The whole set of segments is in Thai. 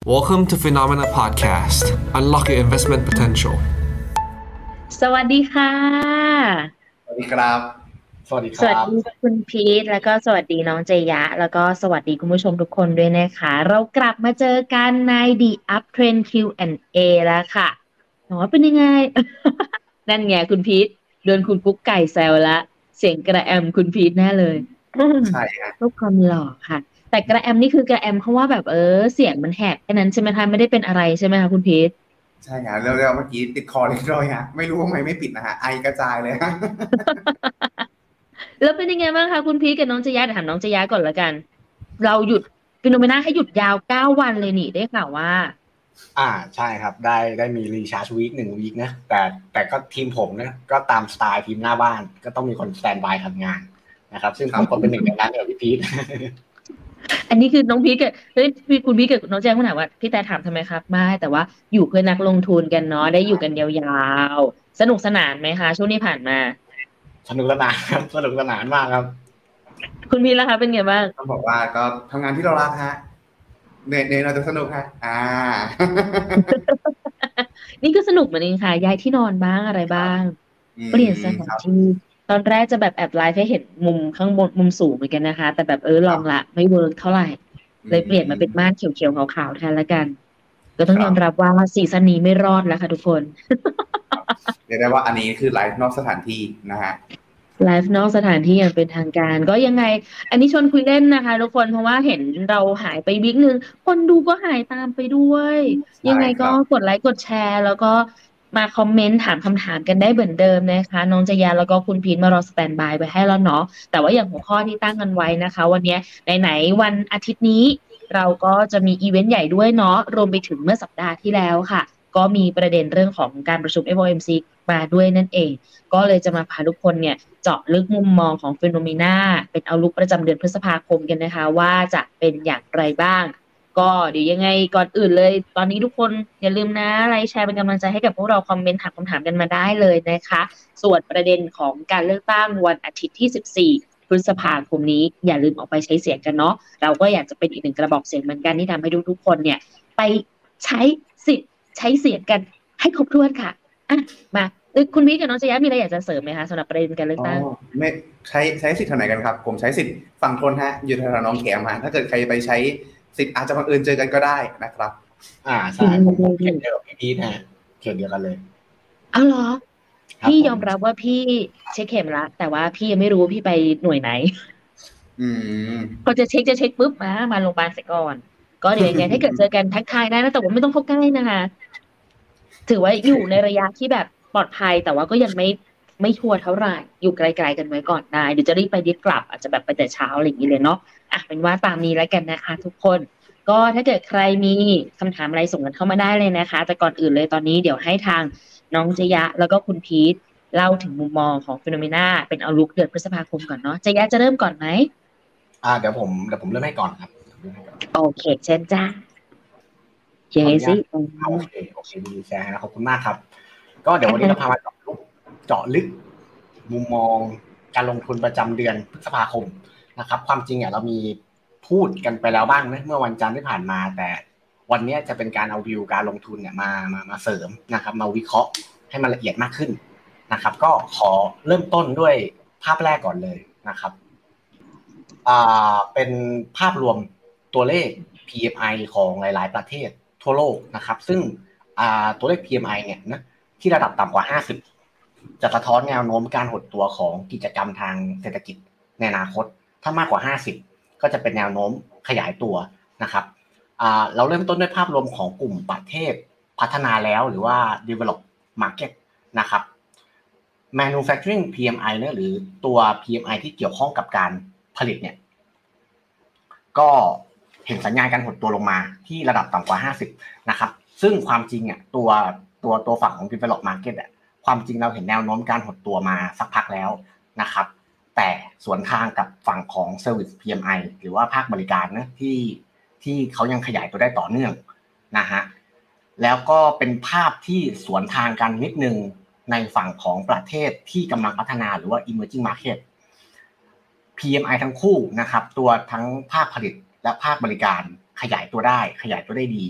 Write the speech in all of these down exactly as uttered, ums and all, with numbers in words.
Welcome to Phenomena Podcast. Unlock your investment potential. สวัสดีค่ะสวัสดีครับสวัสดีคสวัสรับดีคุณพีทแล้วก็สวัสดีน้องเจยะแล้วก็สวัสดีคุณผู้ชมทุกคนด้วยนะคะเรากลับมาเจอกันใน The Uptrend คิว แอนด์ เอ แล้วค่ะถามว่าเป็นยังไง นั่นไงคุณพีทโดนคุณกุ๊กไก่แซวละเสียงกระแอมคุณพีทแน่เลยอืมใช่ฮะรูปความหล่อค่ะแต่กระแอมนี่คือกระแอมเพราะว่าแบบเออเสียงมันแหบแค่นั้นใช่ไหมคะไม่ได้เป็นอะไรใช่ไหมคะคุณพีทใช่ฮะแล้วแล้วเมื่อกี้ติดคอเรียบร้อยฮะไม่รู้ว่าทำไมไม่ปิดนะฮะไอกระจายเลยฮะแล้วเป็นยังไงบ้างคะคุณพีทกับน้องเจยะเดี๋ยวถามน้องเจยะก่อนละกันเราหยุดฟิโนเมนาให้หยุดยาวเก้าวันเลยนี่ได้ข่าวว่าอ่าใช่ครับได้ได้มีรีชาร์จวีคหนึ่งวีคนะแต่แต่ก็ทีมผมนะก็ตามสไตล์ทีมหน้าบ้านก็ต้องมีคนสแตนบายทำงานนะครับซึ่งผมก็เป็นหนึ่งในนั้นกับพี่พีทอันนี้คือน้องพีทกับเฮ้ยพี่คุณพีทกับน้องแจ้งคุณถามว่าพี่แต่ถามทำไมครับไม่แต่ว่าอยู่เพื่อนักลงทุนกันเนาะได้อยู่กันยาวๆสนุกสนานไหมคะช่วงที่ผ่านมาสนุกสนานครับสนุกสนานมากครับคุณพีทล่ะคะเป็นไงบ้างต้องบอกว่าก็ทำงานที่เรารักฮะเน้นเน้นเราจะสนุกฮะอ่านี่ก็สนุกเหมือนกันค่ะย้ายที่นอนบ้างอะไรบ้างเปลี่ยนสถานที่ตอนแรกจะแบบแอบไลฟ์ให้เห็นมุมข้างบนมุมสูงเหมือนกันนะคะแต่แบบเออลองละไม่เวิร์กเท่าไหร่เลยเปลี่ยนมาเป็นม่านเขียวๆขาวๆแทนละกันก็ต้องยอมรับว่าซีซั่นนี้ไม่รอดแล้วค่ะทุกคนเรียกได้ว่าอันนี้คือไลฟ์นอกสถานที่นะฮะไลฟ์นอกสถานที่อย่างเป็นทางการก็ยังไงอันนี้ชวนคุยเล่นนะคะทุกคนเพราะว่าเห็นเราหายไปวิกนึงคนดูก็หายตามไปด้วยยังไงก็กดไลค์กดแชร์แล้วก็มาคอมเมนต์ถามคำถามกันได้เหมือนเดิมนะคะน้องจยาแล้วก็คุณพีทมารอสแตนบายไว้ให้แล้วเนาะแต่ว่าอย่างหัวข้อที่ตั้งกันไว้นะคะวันนี้ไหนๆวันอาทิตย์นี้เราก็จะมีอีเวนต์ใหญ่ด้วยเนาะรวมไปถึงเมื่อสัปดาห์ที่แล้วค่ะก็มีประเด็นเรื่องของการประชุม เอฟ โอ เอ็ม ซี มาด้วยนั่นเองก็เลยจะมาพาทุกคนเนี่ยเจาะลึกมุมมองของ Phenomena เป็นเอาลุกประจำเดือนพฤษภาคมกันนะคะว่าจะเป็นอย่างไรบ้างก็เดี๋ยวยังไงก่อนอื่นเลยตอนนี้ทุกคนอย่าลืมนะไลค์แชร์เป็นกำลังใจให้กับพวกเราคอมเมนต์ถามคำถามกันมาได้เลยนะคะส่วนประเด็นของการเลือกตั้งวันอาทิตย์ที่สิบสี่พฤษภาคมนี้อย่าลืมออกไปใช้เสียงกันเนาะเราก็อยากจะเป็นอีกหนึ่งกระบอกเสียงเหมือนกันที่ทำให้ทุกๆคนเนี่ยไปใช้สิทธิ์ใช้เสียงกันให้ครบถ้วนค่ะอ่ะมาคุณพีทกับน้องเจยะมีอะไรอยากจะเสริมไหมคะสำหรับประเด็นการเลือกตั้งไม่ใช้ใช้สิทธิ์ทางไหนกันครับผมใช้สิทธิ์ฝั่งทนฮะอยู่แถวๆน้องแขมฮะถ้าเกิดใครไปใช้สิทธิ์อาจจะบังเอิญเจอกันก็ได้นะครับอ่าใช่ผมผมเขียนเดียวกับพี่พีทนะเขียนเดียวกันเลยเอาเหรอพี่ยอมรับว่าพี่เช็คเข็มละแต่ว่าพี่ยังไม่รู้ว่าพี่ไปหน่วยไหนอืมพอจะเช็คจะเช็คปุ๊บมามาโรงพยาบาลเสร็จก่อนก็เดี๋ยวยังไงถ้าเกิดเจอกันทักทายได้นะแต่ว่าไม่ต้องเข้าใกล้นะคะถือว่าอยู่ในระยะที่แบบปลอดภัยแต่ว่าก็ยังไม่ไม่ชัวร์เท่าไหร่อยู่ไกลๆกันไว้ก่อนได้เดี๋ยวจะรีบไปรีบกลับอาจจะแบบไปแต่เช้าอะไรอย่างนี้เลยเนาะอ่ะเป็นว่าตามนี้แล้วกันนะคะทุกคนก็ถ้าเกิดใครมีคำถามอะไรส่งกันเข้ามาได้เลยนะคะแต่ก่อนอื่นเลยตอนนี้เดี๋ยวให้ทางน้องเจยะแล้วก็คุณพีทเล่าถึงมุมมองของ Phenomena เป็นเอาลุกเดือนพฤษภาคมก่อนเนาะเจยะจะเริ่มก่อนไหมอ่าเดี๋ยวผมเดี๋ยวผมเริ่มให้ก่อนครับโอเคเช่นจ้ายังไงสิโอเคโอเคดีแชร์นะขอบคุณมากครับก็เดี๋ยววันนี้เราพามาเจาะลึกเจาะลึกมุมมองการลงทุนประจำเดือนพฤษภาคมนะครับความจริงอ่ะเรามีพูดกันไปแล้วบ้างนะเมื่อวันจันทร์ที่ผ่านมาแต่วันนี้จะเป็นการเอาวิวการลงทุนเนี่ยมามามาเสริมนะครับมาวิเคราะห์ให้มันละเอียดมากขึ้นนะครับก็ขอเริ่มต้นด้วยภาพแรกก่อนเลยนะครับอ่าเป็นภาพรวมตัวเลข พี เอ็ม ไอ ของหลายๆประเทศทั่วโลกนะครับซึ่งอ่าตัวเลข พี เอ็ม ไอ เนี่ยนะที่ระดับต่ำกว่าห้าสิบจะสะท้อนแนวโน้มการหดตัวของกิจกรรมทางเศรษฐกิจในอนาคตถ้ามากกว่าห้าสิบก็จะเป็นแนวโน้มขยายตัวนะครับอ่าเราเริ่มต้นด้วยภาพรวมของกลุ่มประเทศพัฒนาแล้วหรือว่า develop market นะครับ manufacturing พี เอ็ม ไอ เนี่ยหรือตัว พี เอ็ม ไอ ที่เกี่ยวข้องกับการผลิตเนี่ยก็เห็นสัญญาณการหดตัวลงมาที่ระดับต่ำกว่าห้าสิบนะครับซึ่งความจริงอ่ะตัวตัวตัวฝั่งของ develop market อ่ะความจริงเราเห็นแนวโน้มการหดตัวมาสักพักแล้วนะครับแต่สวนทางกับฝั่งของ service พี เอ็ม ไอ หรือว่าภาคบริการนะที่ที่เขายังขยายตัวได้ต่อเนื่องนะฮะแล้วก็เป็นภาพที่สวนทางกันนิดนึงในฝั่งของประเทศที่กำลังพัฒนาหรือว่า emerging market พี เอ็ม ไอ ทั้งคู่นะครับตัวทั้งภาคผลิตและภาคบริการขยายตัวได้ขยายตัวได้ดี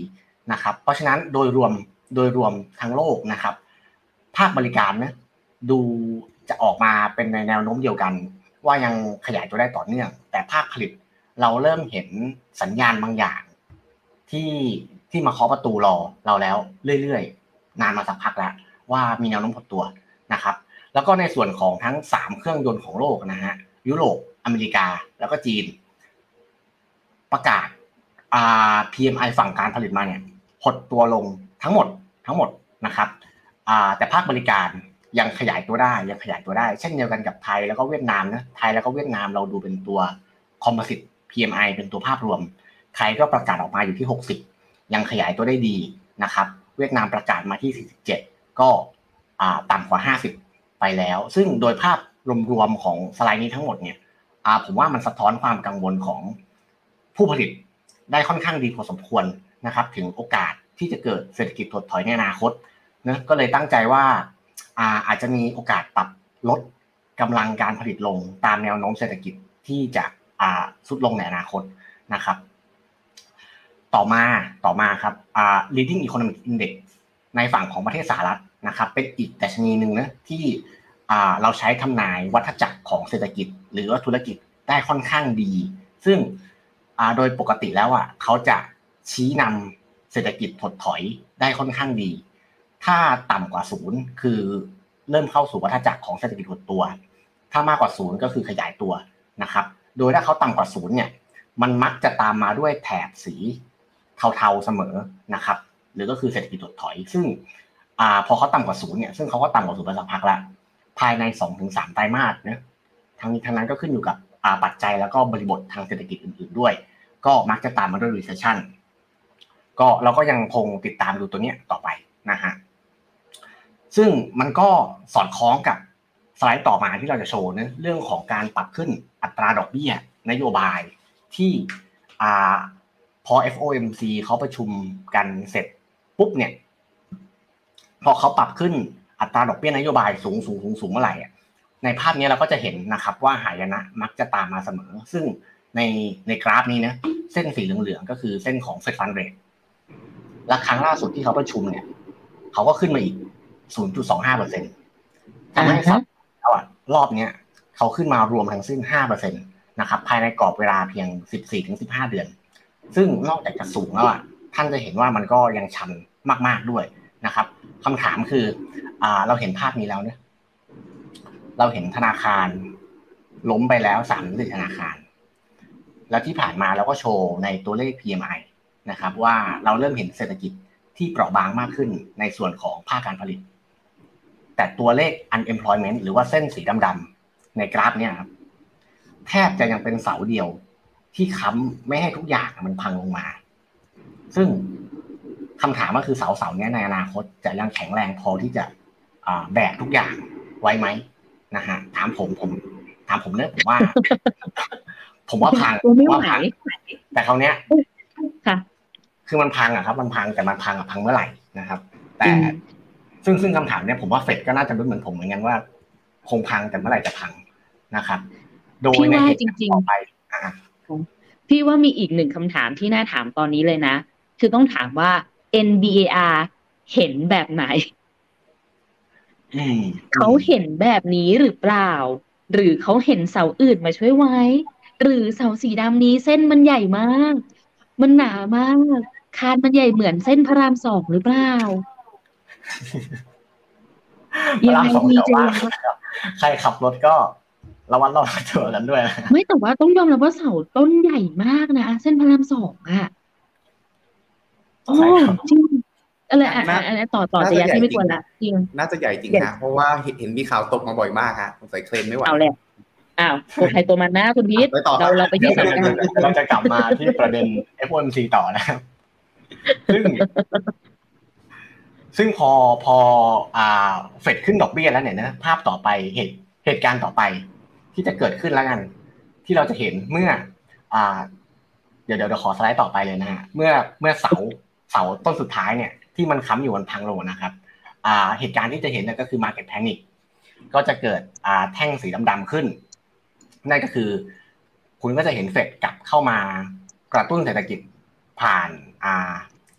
นะครับเพราะฉะนั้นโดยรวมโดยรวมทั้งโลกนะครับภาคบริการนะดูจะออกมาเป็นในแนวโน้มเดียวกันว่ายังขยายตัวได้ต่อเนื่องแต่ภาคผลิตเราเริ่มเห็นสัญญาณบางอย่างที่ที่มาเคาะประตูรอเราแล้วเรื่อยๆนานมาสักพักแล้วว่ามีแนวโน้มหดตัวนะครับแล้วก็ในส่วนของทั้งสามเครื่องยนต์ของโลกนะฮะยุโรปอเมริกาแล้วก็จีนประกาศอ่า พี เอ็ม ไอ ฝั่งการผลิตมาเนี่ยหดตัวลงทั้งหมดทั้งหมดนะครับอ่าแต่ภาคบริการยังขยายตัวได้ยังขยายตัวได้เช่นเดียวกันกับไทยแล้วก็เวียดนามนะไทยแล้วก็เวียดนามเราดูเป็นตัวคอมโพสิต พี เอ็ม ไอ เป็นตัวภาพรวมไทยก็ประกาศออกมาอยู่ที่หกสิบยังขยายตัวได้ดีนะครับเวียดนามประกาศมาที่สี่สิบเจ็ดก็อ่าต่ำกว่าห้าสิบไปแล้วซึ่งโดยภาพรวมๆของสไลด์นี้ทั้งหมดเนี่ยอ่าผมว่ามันสะท้อนความกังวลของผู้ผลิตได้ค่อนข้างดีพอสมควรนะครับถึงโอกาสที่จะเกิดเศรษฐกิจถดถอยในอนาคตนะก็เลยตั้งใจว่าอ่าอาจจะมีโอกาสปรับลดกำลังการผลิตลงตามแนวโน้มเศรษฐกิจที่จะอ่าทรุดลงในอนาคตนะครับต่อมาต่อมาครับอ่า leading economic index ในฝั่งของประเทศสหรัฐนะครับเป็นอีกดัชนีนึงนะที่อ่าเราใช้ทำนายวัฏจักรของเศรษฐกิจหรือว่าธุรกิจได้ค่อนข้างดีซึ่งอ่าโดยปกติแล้วอ่ะเขาจะชี้นำเศรษฐกิจถดถอยได้ค่อนข้างดีถ้าต่ำกว่าศูนย์คือเริ่มเข้าสู่วัฏจักรของเศรษฐกิจหดตัวถ้ามากกว่าศูนย์ก็คือขยายตัวนะครับโดยถ้าเขาต่ำกว่าศูนย์เนี่ยมันมักจะตามมาด้วยแถบสีเทาๆเสมอนะครับหรือก็คือเศรษฐกิจถดถอยซึ่งอ่าพอเขาต่ำกว่าศูนย์เนี่ยซึ่งเขาก็ต่ำกว่าศูนย์มาสักพักละภายใน สองถึงสาม ไตรมาสนะทั้งนี้ทั้งนั้นก็ขึ้นอยู่กับอ่าปัจจัยแล้วก็บริบททางเศรษฐกิจอื่นๆด้วยก็มักจะตามมาด้วย recession ก็เราก็ยังคงติดตามดูตัวเนี้ยต่อไปนะฮะซึ่งมันก็สอดคล้องกับสไลด์ต่อมาที่เราจะโชว์นะเรื่องของการปรับขึ้นอัตราดอกเบี้ยนโยบายที่อ่าพอ เอฟ โอ เอ็ม ซี เขาประชุมกันเสร็จปุ๊บเนี่ยพอเขาปรับขึ้นอัตราดอกเบี้ยนโยบายสูงสูงสูงสูงเมื่อไหร่ในภาพนี้เราก็จะเห็นนะครับว่าหายนะมักจะตามมาเสมอซึ่งในในกราฟนี้นะเส้นสีเหลืองๆก็คือเส้นของ Fed Fund Rate และครั้งล่าสุดที่เขาประชุมเนี่ยเขาก็ขึ้นมาอีก ศูนย์จุดสองห้าเปอร์เซ็นต์ ทำให้สัปดาห์รอบนี้เขาขึ้นมารวมทั้งสิ้น ห้าเปอร์เซ็นต์ นะครับภายในกรอบเวลาเพียง สิบสี่ถึงสิบห้า เดือนซึ่งนอกจากจะสูงแล้วอ่ะท่านจะเห็นว่ามันก็ยังชันมากๆด้วยนะครับคำถามคืออ่าเราเห็นภาพนี้แล้วเนี่ยเราเห็นธนาคารล้มไปแล้วสามถึงสี่ธนาคารแล้วที่ผ่านมาเราก็โชว์ในตัวเลข พี เอ็ม ไอ นะครับว่าเราเริ่มเห็นเศรษฐกิจที่เปราะบางมากขึ้นในส่วนของภาคการผลิตแต่ตัวเลข unemployment หรือว่าเส้นสีดำๆในกราฟเนี่ยครับแทบจะยังเป็นเสาเดียวที่ค้ำไม่ให้ทุกอย่างมันพังลงมาซึ่งคำถามก็คือเสาเสาเนี้ยในอนาคตจะยังแข็งแรงพอที่จะแบกทุกอย่างไว้ไหมนะฮะถามผมผมถามผมเนี่ยผมว่า ผมว่าพังว่าพังแต่คราวเนี้ยค่ะคือมันพังอะครับมันพังแต่มันพังอะพังเมื่อไหร่นะครับแต่ซึ่งซึ่งคำถามเนี้ยผมว่าเฟดก็น่าจะรู้เหมือนผมเหมือนกันว่าคงพังแต่เมื่อไหร่จะพังนะครับโดยในเหตุการณ์ต่อไปพี่ว่ามีอีกหนึ่งคำถามที่น่าถามตอนนี้เลยนะคือต้องถามว่า เอ็น บี เอ อาร์ เห็นแบบไหนเขาเห็นแบบนี้หรือเปล่าหรือเขาเห็นเสาอื่นมาช่วยไว้หรือเสาสีดำนี้เส้นมันใหญ่มากมันหนามากคานมันใหญ่เหมือนเส้นพระรามสองหรือเปล่ายังไงดีเจใครขับรถก็ระวัดระวังตัวกันด้วยไม่แต่ว่าต้องยอมรับว่าเสาต้นใหญ่มากนะเส้นพระรามสองอ่ะโอ้จริงอะไรอ่ะอันนี้ต่อต่อจะยัดที่ไม่ควรละจริงน่าจะใหญ่จริงนะเพราะว่าเห็นมีข่าวตกมาบ่อยมากฮะสงสัยเคลมไม่ไหวเอาแหละอ้าวตัวใครตัวมันนะคุณพีทเราเราไปที่สถานการณ์เราจะกลับมาที่ประเด็น เอฟ โอ เอ็ม ซี ต่อนะครับซึ่งซึ่งพอพออ่าเฟดขึ้นดอกเบี้ยแล้วเนี่ยนะภาพต่อไปเหตุเหตุการณ์ต่อไปที่จะเกิดขึ้นแล้วกันที่เราจะเห็นเมื่ออ่าเดี๋ยวเดี๋ยวขอสไลด์ต่อไปเลยนะฮะเมื่อเมื่อเสาเสาต้นสุดท้ายเนี่ยที่มันค้ำอยู่บนพังลงนะครับอ่าเหตุการณ์ที่จะเห็นเนี่ยก็คือ market panic ก็จะเกิดอ่าแท่งสีดำๆขึ้นนั่นก็คือคุณก็จะเห็นเฟดกลับเข้ามากระตุ้นเศรษฐกิจผ่านอ่า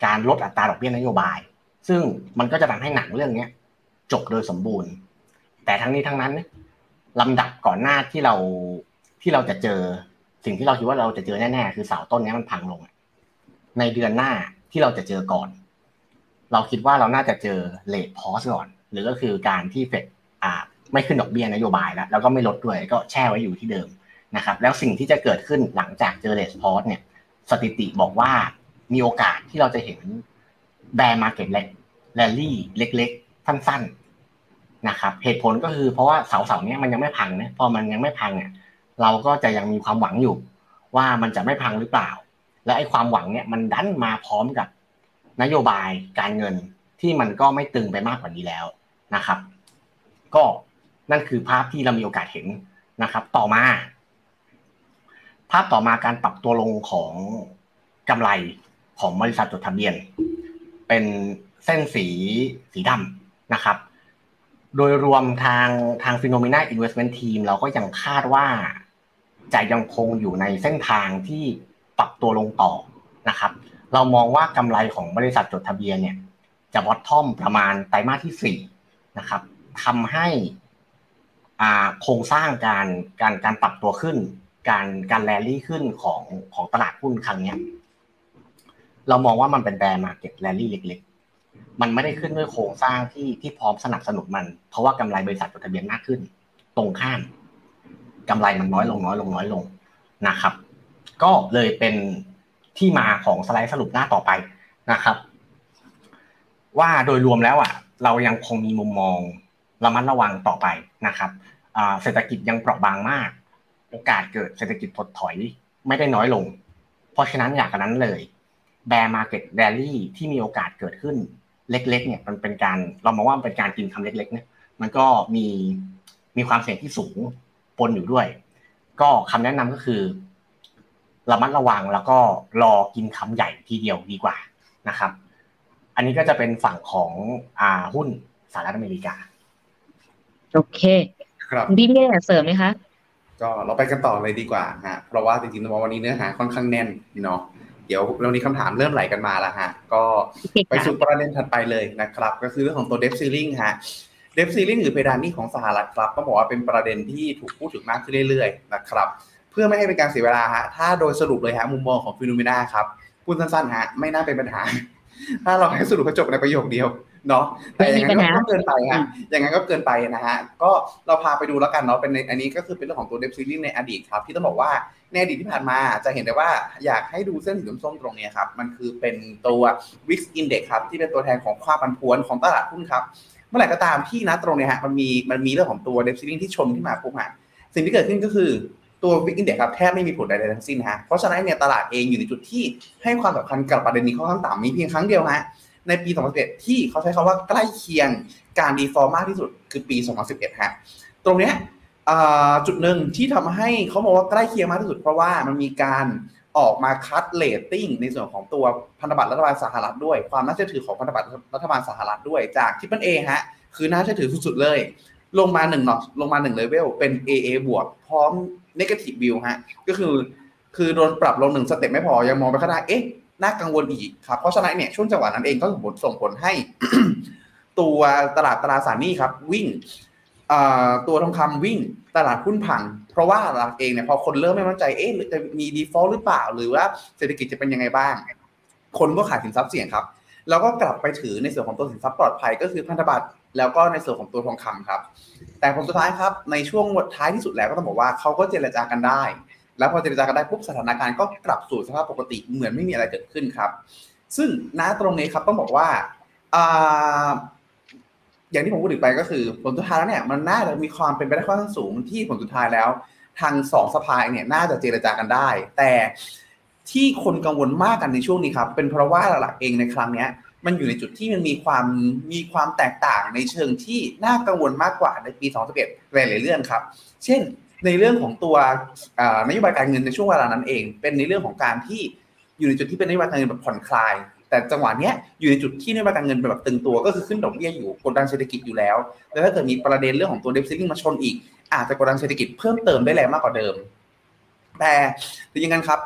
การลดอัตราดอกเบี้ยนโยบายซึ่งมันก็จะทำให้หนังเรื่องนี้จบโดยสมบูรณ์แต่ทั้งนี้ทั้งนั้นลำดับก่อนหน้าที่เราที่เราจะเจอสิ่งที่เราคิดว่าเราจะเจอแน่ๆคือเสาต้นนี้มันพังลงในเดือนหน้าที่เราจะเจอก่อนเราคิดว่าเราน่าจะเจอเลทพอสก่อนหรือก็คือการที่เฟดอ่าไม่ขึ้นดอกเบี้ยนโยบายแล้วแล้วก็ไม่ลดด้วยก็แช่ไว้อยู่ที่เดิมนะครับแล้วสิ่งที่จะเกิดขึ้นหลังจากเจอเลทพอสเนี่ยสถิติบอกว่ามีโอกาสที่เราจะเห็นแบร์มาร์เก็ตแรลลี่เล็กๆสั้นๆนะครับเหตุผลก็คือเพราะว่าเสาเสาเนี้ยมันยังไม่พังนะพอมันยังไม่พังเนี่ยเราก็จะยังมีความหวังอยู่ว่ามันจะไม่พังหรือเปล่าและไอ้ความหวังเนี่ยมันดันมาพร้อมกับนโยบายการเงินที่มันก็ไม่ตึงไปมากกว่านี้แล้วนะครับก็นั่นคือภาพที่เรามีโอกาสเห็นนะครับต่อมาภาพต่อมาการปรับตัวลงของกำไรของบริษัทจดทะเบียนเป็นเส้นสีสีดำนะครับโดยรวมทางทาง Phenomena Investment Team เราก็ยังคาดว่าจะยังคงอยู่ในเส้นทางที่ปรับตัวลงต่อนะครับเรามองว่ากำไรของบริษัทจดทะเบียนเนี่ยจะบอททอมประมาณไตรมาสที่สี่นะครับทำให้อ่าโครงสร้างการการการปรับตัวขึ้นการการแรลลี่ขึ้นของของตลาดหุ้นครั้งนี้เรามองว่ามันเป็นแบร์มาร์เก็ตแรลลี่เล็กๆมันไม่ได้ขึ้นด้วยโครงสร้างที่ที่พร้อมสนับสนุนมันเพราะว่ากำไรบริษัทจดทะเบียนมากขึ้นตรงข้ามกำไรมันน้อยลงน้อยลงน้อยลงนะครับก็เลยเป็นที่มาของสไลด์สรุปหน้าต่อไปนะครับว่าโดยรวมแล้วอ่ะเรายังคงมีมุมมองระมัดระวังต่อไปนะครับเศรษฐกิจยังเปราะบางมากโอกาสเกิดเศรษฐกิจถดถอยไม่ได้น้อยลงเพราะฉะนั้นอย่างนั้นเลยแบร์มาร์เก็ตแรลลี่ที่มีโอกาสเกิดขึ้นเล็กๆเนี่ยมันเป็นการเรามองว่ามันเป็นการกินคำเล็กๆเนี่ยมันก็มีมีความเสี่ยงที่สูงปนอยู่ด้วยก็คำแนะนำก็คือระมัดระวังแล้วก็รอกินคำใหญ่ทีเดียวดีกว่านะครับอันนี้ก็จะเป็นฝั่งของอ่าหุ้นสหรัฐอเมริกาโอเคครับพี่พี่อยากเสริมไหมคะก็เราไปกันต่อเลยดีกว่าฮะเพราะว่าจริงๆวันนี้เนื้อหาค่อนข้างแน่นเนาะเดี๋ยวเรานี้คำถามเริ่มไหลกันมาแล้วฮะก็ไปสู่ประเด็นถัดไปเลยนะครับก็คือเรื่องของตัว Debt Ceiling ฮะ Debt Ceiling หรือเพดานหนี้ของสหรัฐครับต้องบอกว่าเป็นประเด็นที่ถูกพูดถึงมากขึ้นเรื่อยๆนะครับเพื่อไม่ให้เป็นการเสียเวลาฮะถ้าโดยสรุปเลยฮะมุมมองของ Phenomena ครับพูดสั้นๆฮะไม่น่าเป็นปัญหาถ้าเราให้สรุปจบในประโยคเดียวเนาะแต่อย่างนั้นก็เกินไปฮะอย่างนั้นก็เกินไปนะฮะก็เราพาไปดูแล้วกันเนาะเป็นในอันนี้ก็คือเป็นเรื่องของตัว Debt Ceiling ในอดีตครับที่ต้องบอกว่าในอดีตที่ผ่านมาจะเห็นได้ว่าอยากให้ดูเส้นสีส้มๆตรงนี้ครับมันคือเป็นตัว วี ไอ เอ็กซ์ Index ครับที่เป็นตัวแทนของความผันผวนของตลาดหุ้นครับเมื่อไหร่ก็ตามที่นะตรงนี้ฮะมันมีมันมีเรื่องของตัว Debt Ceiling ที่ชนขึ้นมาปุ๊บฮะสิ่งที่เกิดขึ้นก็คือตัว วี ไอ เอ็กซ์ Index ครับแทบไม่มีผลใดๆทั้งสิ้นฮะเพราะฉะนั้นเนี่ยตลาดเองอยู่ในจุดที่ให้ความสำคัญกับประเด็นนี้ค่อนข้างต่ำมีเพียงครั้งเดียวฮะในปีสองพันสิบเอ็ดที่เขาใช้คำว่าใกล้เคียงการดีฟอลต์มากที่สุดคือปีสองพันสิบเอ็ดฮะตรงเนี้ยจุดหนึ่งที่ทำให้เขาบอกว่าใกล้เคียงมากที่สุดเพราะว่ามันมีการออกมาคัดเรตติ้งในส่วนของตัวพันธบัตรรัฐบาลสหรัฐด้วยความน่าเชื่อถือของพันธบัตรรัฐบาลสหรัฐด้วยจาก Triple A ฮะคือน่าเชื่อถือสุดๆเลยลงมาหนึ่งนอตลงมาหนึ่งเลเวลเป็น เอ เอ บวกพร้อม Negative View ฮะก็คือคือโดนปรับลงหนึ่งสเต็ปไม่พอยังมองไปข้างหน้าเอ๊ะน่ากังวลอีกครับเพราะฉะนั้นเนี่ยช่วงจังหวะนั้นเองก็ส่งผลส่งผลให้ ตัวตลาดตราสารหนี้ครับวิ่งตัวทองคำวิ่งตลาดหุ้นผังเพราะว่าตลาดเองเนี่ยพอคนเริ่มไม่มั่นใจเอ๊ะจะมี default หรือเปล่าหรือว่าเศรษฐกิจจะเป็นยังไงบ้างคนก็ขายสินทรัพย์เสี่ยงครับแล้วก็กลับไปถือในส่วนของตัวสินทรัพย์ปลอดภัยก็คือพันธบัตรแล้วก็ในส่วนของตัวทองคำครับแต่ผลสุดท้ายครับในช่วงท้ายที่สุดแล้วก็ต้องบอกว่าเขาก็เจรจากันได้แล้วพอเจรจากันได้ปุ๊บสถานการณ์ก็กลับสู่สภาพปกติเหมือนไม่มีอะไรเกิดขึ้นครับซึ่งณตรงนี้ครับต้องบอกว่าอ่าอย่างที่ผมพูดถึงไปก็คือผลสุดท้ายแล้วเนี่ยมันน่าจะมีความเป็นไปได้ค่อนข้างสูงที่ผลสุดท้ายแล้วทางสองสภาเนี่ยน่าจะเจรจากันได้แต่ที่คนกังวลมากกันในช่วงนี้ครับเป็นเพราะว่าหลักเองในครั้งนี้มันอยู่ในจุดที่มันมีความมีความแตกต่างในเชิงที่น่ากังวลมากกว่าในปีสองพันสิบเอ็ดหลายๆเรื่องครับเช่นในเรื่องของตัวนโยบายการเงินในช่วงเวลานั้นเองเป็นในเรื่องของการที่อยู่ในจุดที่เป็นนโยบายการเงินแบบผ่อนคลายแต่จังหวะนี้อยู่ในจุดที่นโยบายการเงินแบบตึงตัวก็คือขึ้นดอกเบี้ยอยู่กดดันเศรษฐกิจอยู่แล้วแล้วถ้าเกิดมีประเด็นเรื่องของตัว Debt Ceiling มาชนอีกอาจจะกดดันเศรษฐกิจเพิ่มเติมได้แรงมากกว่าเดิมแต่ถึงอย่างนั้นครับ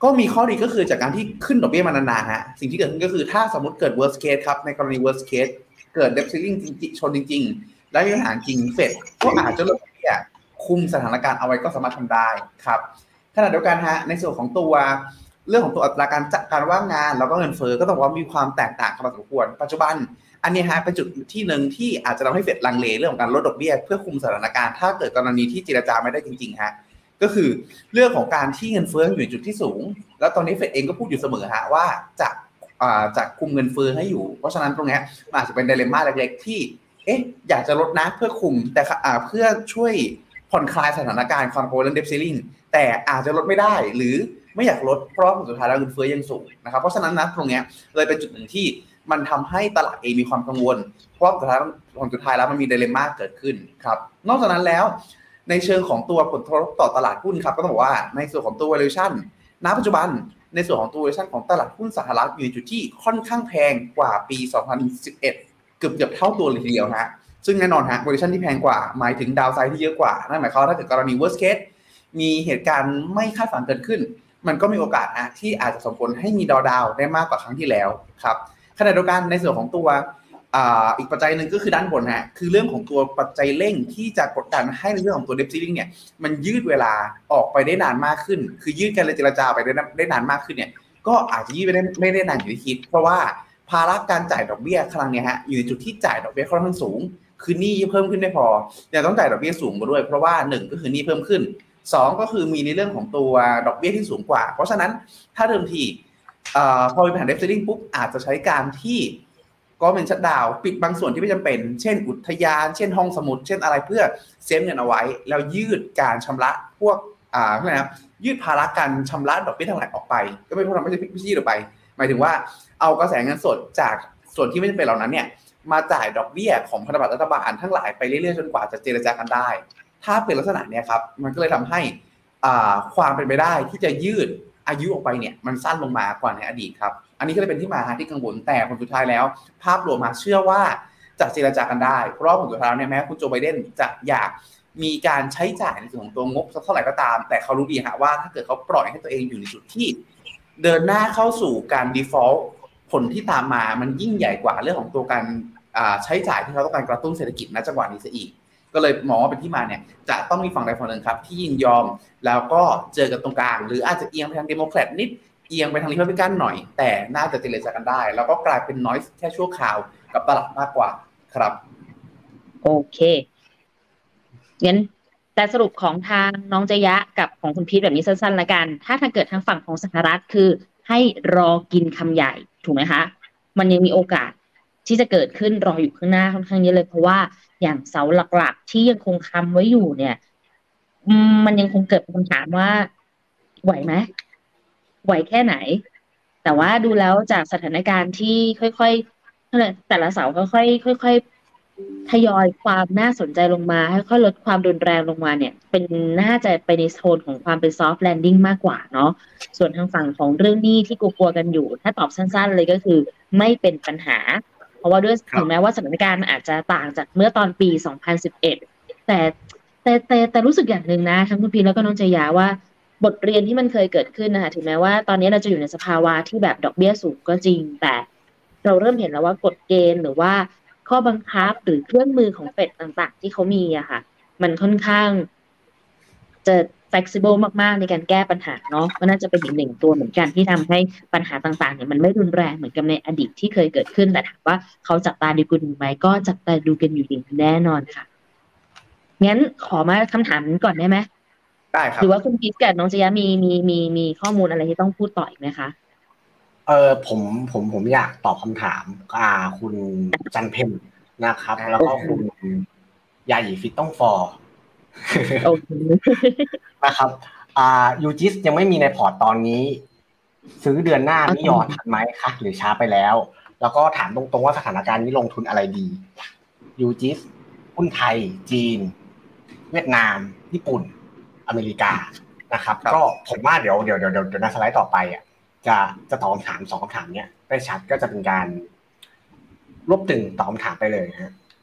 ก็มีข้อดีก็คือจากการที่ขึ้นดอกเบี้ยมานานๆฮะสิ่งที่เกิดขึ้นก็คือถ้าสมมติเกิด worst case ครับในกรณี worst case เกิด debt ceiling จริงๆชนจริงๆและมีปัญหาจริงเฟดก็อาจจะลดดอกเบี้ยคุมสถานการณ์เอาไว้ก็สามารถทำได้ครับขณะเดียวกันฮะในส่วนของตัวเรื่องของตัวอัตราการจัดการว่างงานแล้วก็เงินเฟ้อก็ต้องว่ามีความแตกต่างกันพอสมควรปัจจุบันอันนี้ฮะเป็นจุดที่หนึ่งที่อาจจะทำให้เฟดลังเลเรื่องของการลดดอกเบี้ยเพื่อคุมสถานการณ์ถ้าเกิดกรณีที่เจรจาไม่ได้จริงๆฮะก็คือเรื่องของการที่เงินเฟ้ออยู่ในจุดที่สูงแล้วตอนนี้เฟดเองก็พูดอยู่เสมอฮะว่าจะอ่าจะคุมเงินเฟ้อให้อยู่เพราะฉะนั้นตรงนี้มันอาจจะเป็นไดเลมม่าเล็กๆที่เอ๊ะอยากจะลดนะเพื่อคุมแต่อ่าเพื่อช่วยผ่อนคลายสถานการณ์ความกังวลเรื่อง debt ceiling แต่อาจจะลดไม่ได้หรือไม่อยากลดเพราะผลสุดท้ายแล้วเงินเฟ้อยังสูงนะครับเพราะฉะนั้นนะตรงนี้เลยเป็นจุดหนึ่งที่มันทำให้ตลาดเองมีความกังวลเพราะสุดท้ายผลสุดท้ายแล้วมันมีไดเลมม่าเกิดขึ้นครับนอกจากนั้นแล้วในเชิงของตัวผลกระทบต่อตลาดหุ้นครับก็ต้องบอกว่าในส่วนของตัว valuation ณ ปัจจุบันในส่วนของตัว valuation ของตลาดหุ้นสหรัฐอยู่ในจุดที่ค่อนข้างแพงกว่าปีสองพันสิบเอ็ดเกือบเกือบเท่าตัวเลยทีเดียวฮะซึ่งแน่นอนฮะ valuation ที่แพงกว่าหมายถึงดาวไซด์ที่เยอะกว่านั่นหมายความว่าถ้าเกิดกรณี worst case มีเหตุการณ์ไม่คาดฝันเกิดขึ้นมันก็มีโอกาสนะที่อาจจะส่งผลให้มีดาวดาวได้มากกว่าครั้งที่แล้วครับขณะเดียวกันในส่วนของตัวอ่าอีกปัจจัยหนึ่งก็คือด้านบนฮะคือเรื่องของตัวปัจจัยเร่งที่จะกดดันให้ในเรื่องของตัว debt ceiling เนี่ยมันยืดเวลาออกไปได้นานมากขึ้นคือยืดการเจรจาไปได้ได้นานมากขึ้นเนี่ยก็อาจจะยืดไปได้ไม่ได้นานอย่างที่คิดเพราะว่าภาระการจ่ายดอกเบี้ยครั้งนี้ฮะอยู่ในจุดที่จ่ายดอกเบี้ยค่อนข้างสูงคือหนี้เพิ่มขึ้นไม่พอยังต้องจ่ายดอกเบี้ยสูงมาด้วยเพราะว่าหนึ่งก็คือหนี้เพิ่มขึ้นสองก็คือมีในเรื่องของตัวดอกเบี้ยที่สูงกว่าเพราะฉะนั้นถ้าเดิมทีอ่าพอมีปัญหา debt ceiling ปุ๊บอาจจะใช้การที่ก็เป็นชัตดาวน์ปิดบางส่วนที่ไม่จำเป็นเช่นอุทยานเช่นห้องสมุดเช่นอะไรเพื่อเซฟเงินเอาไว้แล้วยืดการชำระพวกอ่าอะไรนะยืดภาระการชำระดอกเบี้ยทั้งหลายออกไปก็ไม่พวกเราไม่ใช่ไม่ใช่ยืดออกไปหมายถึงว่าเอากระแสเงินสดจากส่วนที่ไม่จำเป็นเหล่านั้นเนี่ยมาจ่ายดอกเบี้ยของพันธบัตรรัฐบาลทั้งหลายไปเรื่อยๆจนกว่าจะเจรจากันได้ถ้าเป็นลักษณะเนี้ยครับมันก็เลยทำให้อ่าความเป็นไปได้ที่จะยืดอายุออกไปเนี่ยมันสั้นลงมากว่าในอดีตครับอันนี้ก็เลยเป็นที่มาที่กังวลแต่ผลสุดท้ายแล้วภาพรวมมาเชื่อว่าจะเจรจากันได้เพราะผลสุดท้ายเนี่ยแม้คุณโจไบเดนจะอยากมีการใช้จ่ายในส่วนของตัวงบสักเท่าไหร่ก็ตามแต่เขารู้ดีฮะว่าถ้าเกิดเขาปล่อยให้ตัวเองอยู่ในจุดที่เดินหน้าเข้าสู่การ default ผลที่ตามมามันยิ่งใหญ่กว่าเรื่องของตัวการใช้จ่ายที่เขาต้องการกระตุ้นเศรษฐกิจณจังหวะนี้ซะอีกก็เลยมองว่าเป็นที่มาเนี่ยจะต้องมีฝั่งใดฝั่งหนึ่งครับที่ยินยอมแล้วก็เจอกันตรงกลางหรืออาจจะเอียงไปทางเดโมแครตนิดเอียงไปทางรีพับลิกันหน่อยแต่น่าจะเจรจากันได้แล้วก็กลายเป็น noise แค่ชั่วคราวกับตลาดมากกว่าครับโอเคงั้นแต่สรุปของทางน้องจยะกับของคุณพีทแบบนี้สั้นๆละกันถ้าถ้าเกิดทางฝั่งของสหรัฐคือให้รอกินคำใหญ่ถูกไหมคะมันยังมีโอกาสที่จะเกิดขึ้นรออยู่ข้างหน้าค่อนข้างเยอะเลยเพราะว่าอย่างเสาหลักๆที่ยังคงค้ำไว้อยู่เนี่ยมันยังคงเกิดคำถามว่าไหวไหมไหวแค่ไหนแต่ว่าดูแล้วจากสถานการณ์ที่ค่อยๆแต่ละเสาค่อยๆค่อยๆทยอยความน่าสนใจลงมาค่อยๆลดความรุนแรงลงมาเนี่ยเป็นน่าจะไปในโซนของความเป็น soft landing มากกว่าเนาะส่วนทางฝั่งของเรื่องนี้ที่กลัวๆกันอยู่ถ้าตอบสั้นๆเลยก็คือไม่เป็นปัญหาเพราะว่าด้วยถึงแม้ว่าสถานการณ์มันอาจจะต่างจากเมื่อตอนปีสองพันสิบเอ็ดแต่แต่แต่แต่รู้สึกอย่างนึงนะทั้งคุณพีแล้วก็น้องจยาว่าบทเรียนที่มันเคยเกิดขึ้นนะคะถึงแม้ว่าตอนนี้เราจะอยู่ในสภาวะที่แบบดอกเบี้ยสูงก็จริงแต่เราเริ่มเห็นแล้วว่ากฎเกณฑ์หรือว่าข้อบังคับหรือเครื่องมือของเฟดต่างๆที่เขามีอะค่ะมันค่อนข้างจะ flexible มากๆในการแก้ปัญหาเนาะก็น่าจะเป็นอีกหนึ่งตัวเหมือนกันที่ทำให้ปัญหาต่างๆเนี่ยมันไม่รุนแรงเหมือนกับในอดีตที่เคยเกิดขึ้นแต่ถามว่าเขาจับตาดูกันอยู่ไหมก็จับตาดูกันอยู่อย่างแน่นอนค่ะงั้นขอมาคำถามนี้ก่อนได้ไหมได้ครับหรือว่าคุณพีทกับน้องจยะมีมีมีมีข้อมูลอะไรที่ต้องพูดต่ออีกไหมคะเออผมผมผมอยากตอบคำถามอ่าคุณจันเพ็ญนะครับแล้วก็คุณยาหยีฟิตต้องฟอร์โอเคนะครับอ่ายูจิสยังไม่มีในพอร์ตตอนนี้ซื้อเดือนหน้านี่ยอดทันไหมคะหรือช้าไปแล้วแล้วก็ถามตรงๆว่าสถานการณ์นี้ลงทุนอะไรดียูจิสหุ้นไทยจีนเวียดนามญี่ปุ่นอเมริกานะครับก็ผมว่าเดี๋ยวเดี๋ยวเดี๋ยวเดี๋ยวในสไลด์ต่อไปอ่ะจะจะตอบคำถามสองคำถามเนี้ยได้ชัดก็จะเป็นการรวบตึงตอบคำถามไปเลยฮะ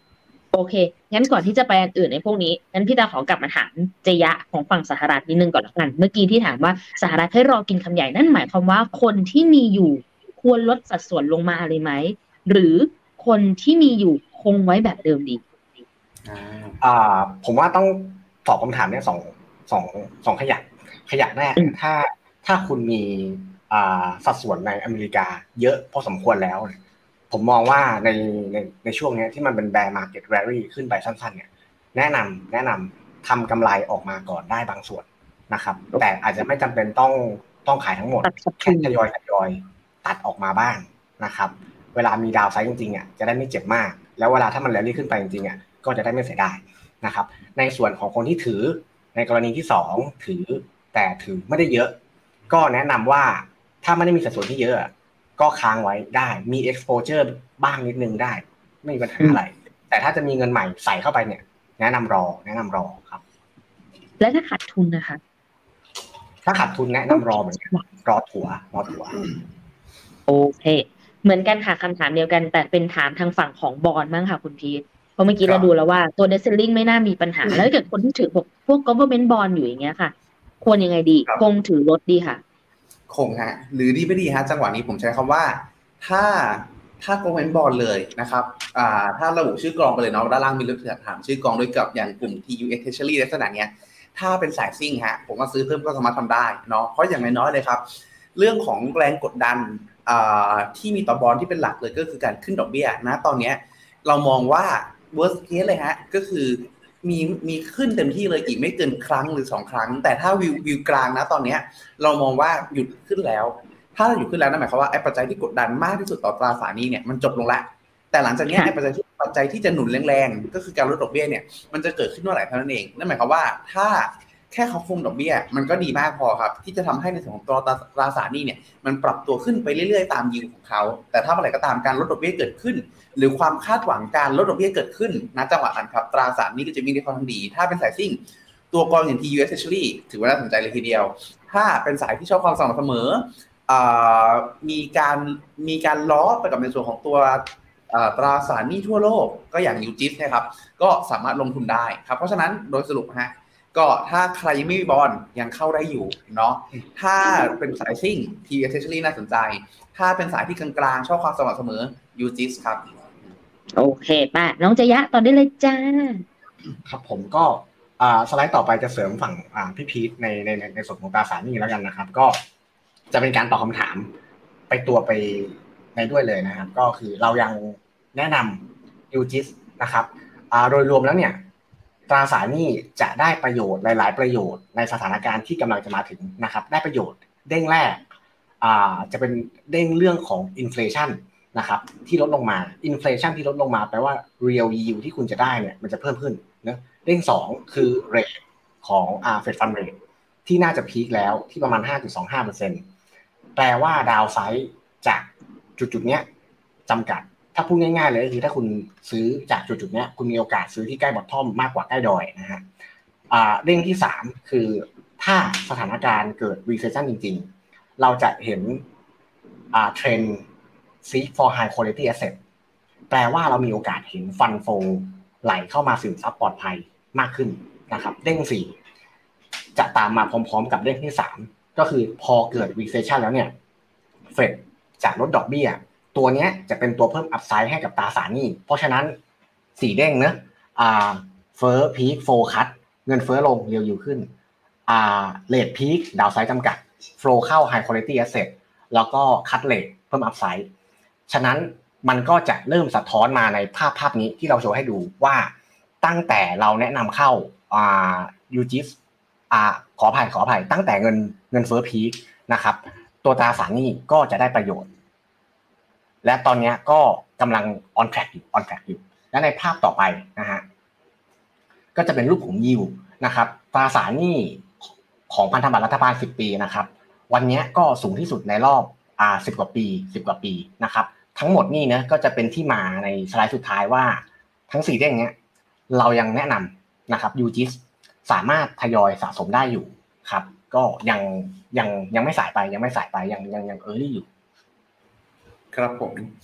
โอเคงั้นก่อนที่จะไปอันอื่นในพวกนี้งั้นพี่ตาขอกลับมาถามเจยะของฝั่งสหรัฐนิดนึงก่อนละกันเมื่อกี้ที่ถามว่าสหรัฐให้รอกินคำใหญ่นั่นหมายความว่าคนที่มีอยู่ควรลดสัดส่วนลงมาเลยไหมหรือคนที่มีอยู่คงไว้แบบเดิมดีอ่าผมว่าต้องตอบคำถามเนี่ยสองสองสองขยักขยักแรกถ้าถ้าคุณมีอ่าสัดส่วนในอเมริกาเยอะพอสมควรแล้วผมมองว่าในในในช่วงนี้ที่มันเป็น bear market rally ขึ้นไปสั้นๆเนี่ยแนะนำแนะนำทำกำไรออกมาก่อนได้บางส่วนนะครับแต่อาจจะไม่จำเป็นต้องต้องขายทั้งหมดแค่ทยอยทยอยตัดออกมาบ้างนะครับเวลามีดาวไซด์จริงๆอ่ะจะได้ไม่เจ็บมากแล้วเวลาถ้ามัน rally ขึ้นไปจริงๆอ่ะก็จะได้ไม่เสียดายนะครับในส่วนของคนที่ถือในกรณีที่สองถือแต่ถือไม่ได้เยอะก็แนะนำว่าถ้าไม่ได้มีสัดส่วนที่เยอะก็ค้างไว้ได้มี exposure บ้างนิดนึงได้ไม่มีปัญหาอะไรแต่ถ้าจะมีเงินใหม่ใส่เข้าไปเนี่ยแนะนำรอแนะนำรอครับและถ้าขาดทุนนะคะถ้าขาดทุนแนะนำรอเหมือนกันรอถัวรอถัวโอเคเหมือนกันค่ะคำถามเดียวกันแต่เป็นถามทางฝั่งของบอนด์มั้งค่ะคุณพีทเพราะเมื่อกี้เราดูแล้วว่าตัว debt ceiling ไม่น่ามีปัญหาแล้วถ้าเกิดคนที่ถือพวกพวก government bond อยู่อย่างเงี้ยค่ะควรยังไงดีคงถือลดดีค่ะคงฮะหรือดีไม่ดีฮะจังหวะนี้ผมใช้คำว่าถ้าถ้า government bond เลยนะครับอ่าถ้าระบุชื่อกองไปเลยเนาะด้านล่างมีเลือกถามชื่อกองด้วยกับอย่างกลุ่ม ที ยู เอส Treasury ลักษณะเนี้ยถ้าเป็นสายซิ่งฮะผมว่าซื้อเพิ่มก็สามารถทำได้เนาะเพราะอย่างน้อยๆเลยครับเรื่องของแรงกดดันที่มีต่อบอลที่เป็นหลักเลยก็คือการขึ้นดอกเบี้ยนะตอนนี้เรามองว่า worst case เลยฮะก็คือมีมีขึ้นเต็มที่เลยอีกไม่เกินครั้งหรือสองครั้งแต่ถ้าวิววิวกลางนะตอนนี้เรามองว่าหยุดขึ้นแล้วถ้าหยุดขึ้นแล้วนั่นหมายความว่าไอ้ปัจจัยที่กดดันมากที่สุดต่อตราสารหนี้เนี่ยมันจบลงแล้วแต่หลังจากนี้ไอ้ปัจจัยที่ปัจจัยที่จะหนุนแรงๆก็คือการลดดอกเบี้ยเนี่ยมันจะเกิดขึ้นเมื่อไหร่เท่านั้นเองนั่นหมายความว่าถ้าแค่เขาคุมดอกเบี้ยมันก็ดีมากพอครับที่จะทำให้ในส่วนของตัวตราสารหนี้เนี่ยมันปรับตัวขึ้นไปเรื่อยๆตามยิวของเขาแต่ถ้าเมื่อไหร่ก็ตามการลดดอกเบี้ยเกิดขึ้นหรือความคาดหวังการลดดอกเบี้ยเกิดขึ้นณจังหวะนั้นครับตราสารหนี้ก็จะวิ่งได้ค่อนข้างดีถ้าเป็นสายซิ่งตัวกองอย่าง ที ยู เอส Treasury ถือว่าน่าสนใจเลยทีเดียวถ้าเป็นสายที่ชอบความสม่ำเสมอมีการมีการล้อไปกับในส่วนของตัวตราสารหนี้ทั่วโลกก็อย่าง ยู จี ไอ เอส นะครับก็สามารถลงทุนได้ครับเพราะฉะนั้นโดยสรุปฮะก็ถ้าใครยังไม่มีบอลยังเข้าได้อยู่เนาะถ้าเป็นสายซิ่ง ที ยู เอส Treasury น่าสนใจถ้าเป็นสายที่กลางๆชอบความสม่ำเสมอ ยู จี ไอ เอส ครับโอเคป่ะน้องจะยะตอนได้เลยจ้าครับผมก็สไลด์ต่อไปจะเสริมฝั่งพี่พีทในในในส่วนของตราสารหนี้แล้วกันนะครับก็จะเป็นการตอบคำถามไปตัวไปในด้วยเลยนะครับก็คือเรายังแนะนำ ยู จี ไอ เอส นะครับโดยรวมแล้วเนี่ยตราสารหนี้จะได้ประโยชน์หลายๆประโยชน์ในสถานการณ์ที่กำลังจะมาถึงนะครับได้ประโยชน์เด้งแรกจะเป็นเด้งเรื่องของอินเฟลชันนะครับที่ลดลงมาอินเฟลชันที่ลดลงมาแปลว่า real yield ที่คุณจะได้เนี่ยมันจะเพิ่มขึ้นนะเด้งสองคือเรทของอ่า Fed Fund Rate ที่น่าจะพีคแล้วที่ประมาณ ห้าจุดสองห้าเปอร์เซ็นต์ แปลว่าดาวไซด์จากจุดๆเนี้ยจำกัดถ้าพูดง่ายๆเลยคือถ้าคุณซื้อจากจุดๆเนี้ยคุณมีโอกาสซื้อที่ใกล้บอททอมมากกว่าใกล้ดอยนะฮะอ่าเด้งที่สามคือถ้าสถานการณ์เกิด recession จริงๆเราจะเห็นอ่าเทรนด์ seek for high quality asset แปลว่าเรามีโอกาสเห็นฟันโฟไหลเข้ามาสินทรัพย์ปลอดภัยมากขึ้นนะครับเด้งสี่จะตามมาพร้อมๆกับเด้งที่สามก็คือพอเกิด recession แล้วเนี่ยเฟดจะลดดอกเบี้ยตัวนี้จะเป็นตัวเพิ่มอัพไซด์ให้กับตราสารหนี้เพราะฉะนั้นสี่เด้งเนอะอ่าเฟ้อพีคโฟคัทเงินเฟ้อลงเรียวอยู่ขึ้นอ่าเรทพีคดาวไซด์จำกัดโฟลเข้า high quality asset แล้วก็คัทเรทเพิ่มอัพไซด์ฉะนั้นมันก็จะเริ่มสะท้อนมาในภาพภาพนี้ที่เราโชว์ให้ดูว่าตั้งแต่เราแนะนำเข้าอ่า ยู จี ไอ เอส อ่าขออภัยขออภัยตั้งแต่เงินเงินเฟ้อพีคนะครับตัวตราสารหนี้ก็จะได้ประโยชน์และตอนนี้ก็กำลัง on track อยู่ on track อยู่และในภาพต่อไปนะฮะก็จะเป็นรูปของ yield นะครับตราสารหนี้ของพันธบัตรรัฐบาลสิบปีนะครับวันนี้ก็สูงที่สุดในรอบอ่าสิบกว่าปีสิบกว่าปีนะครับทั้งหมดนี่นะก็จะเป็นที่มาในสไลด์สุดท้ายว่าทั้งสี่เด้งเนี้ยเรายังแนะนำนะครับ ยู จี ไอ เอส สามารถทยอยสะสมได้อยู่ครับก็ยังยังยังไม่สายไปยังไม่สายไปยังยังยัง early อยู่ครับผมก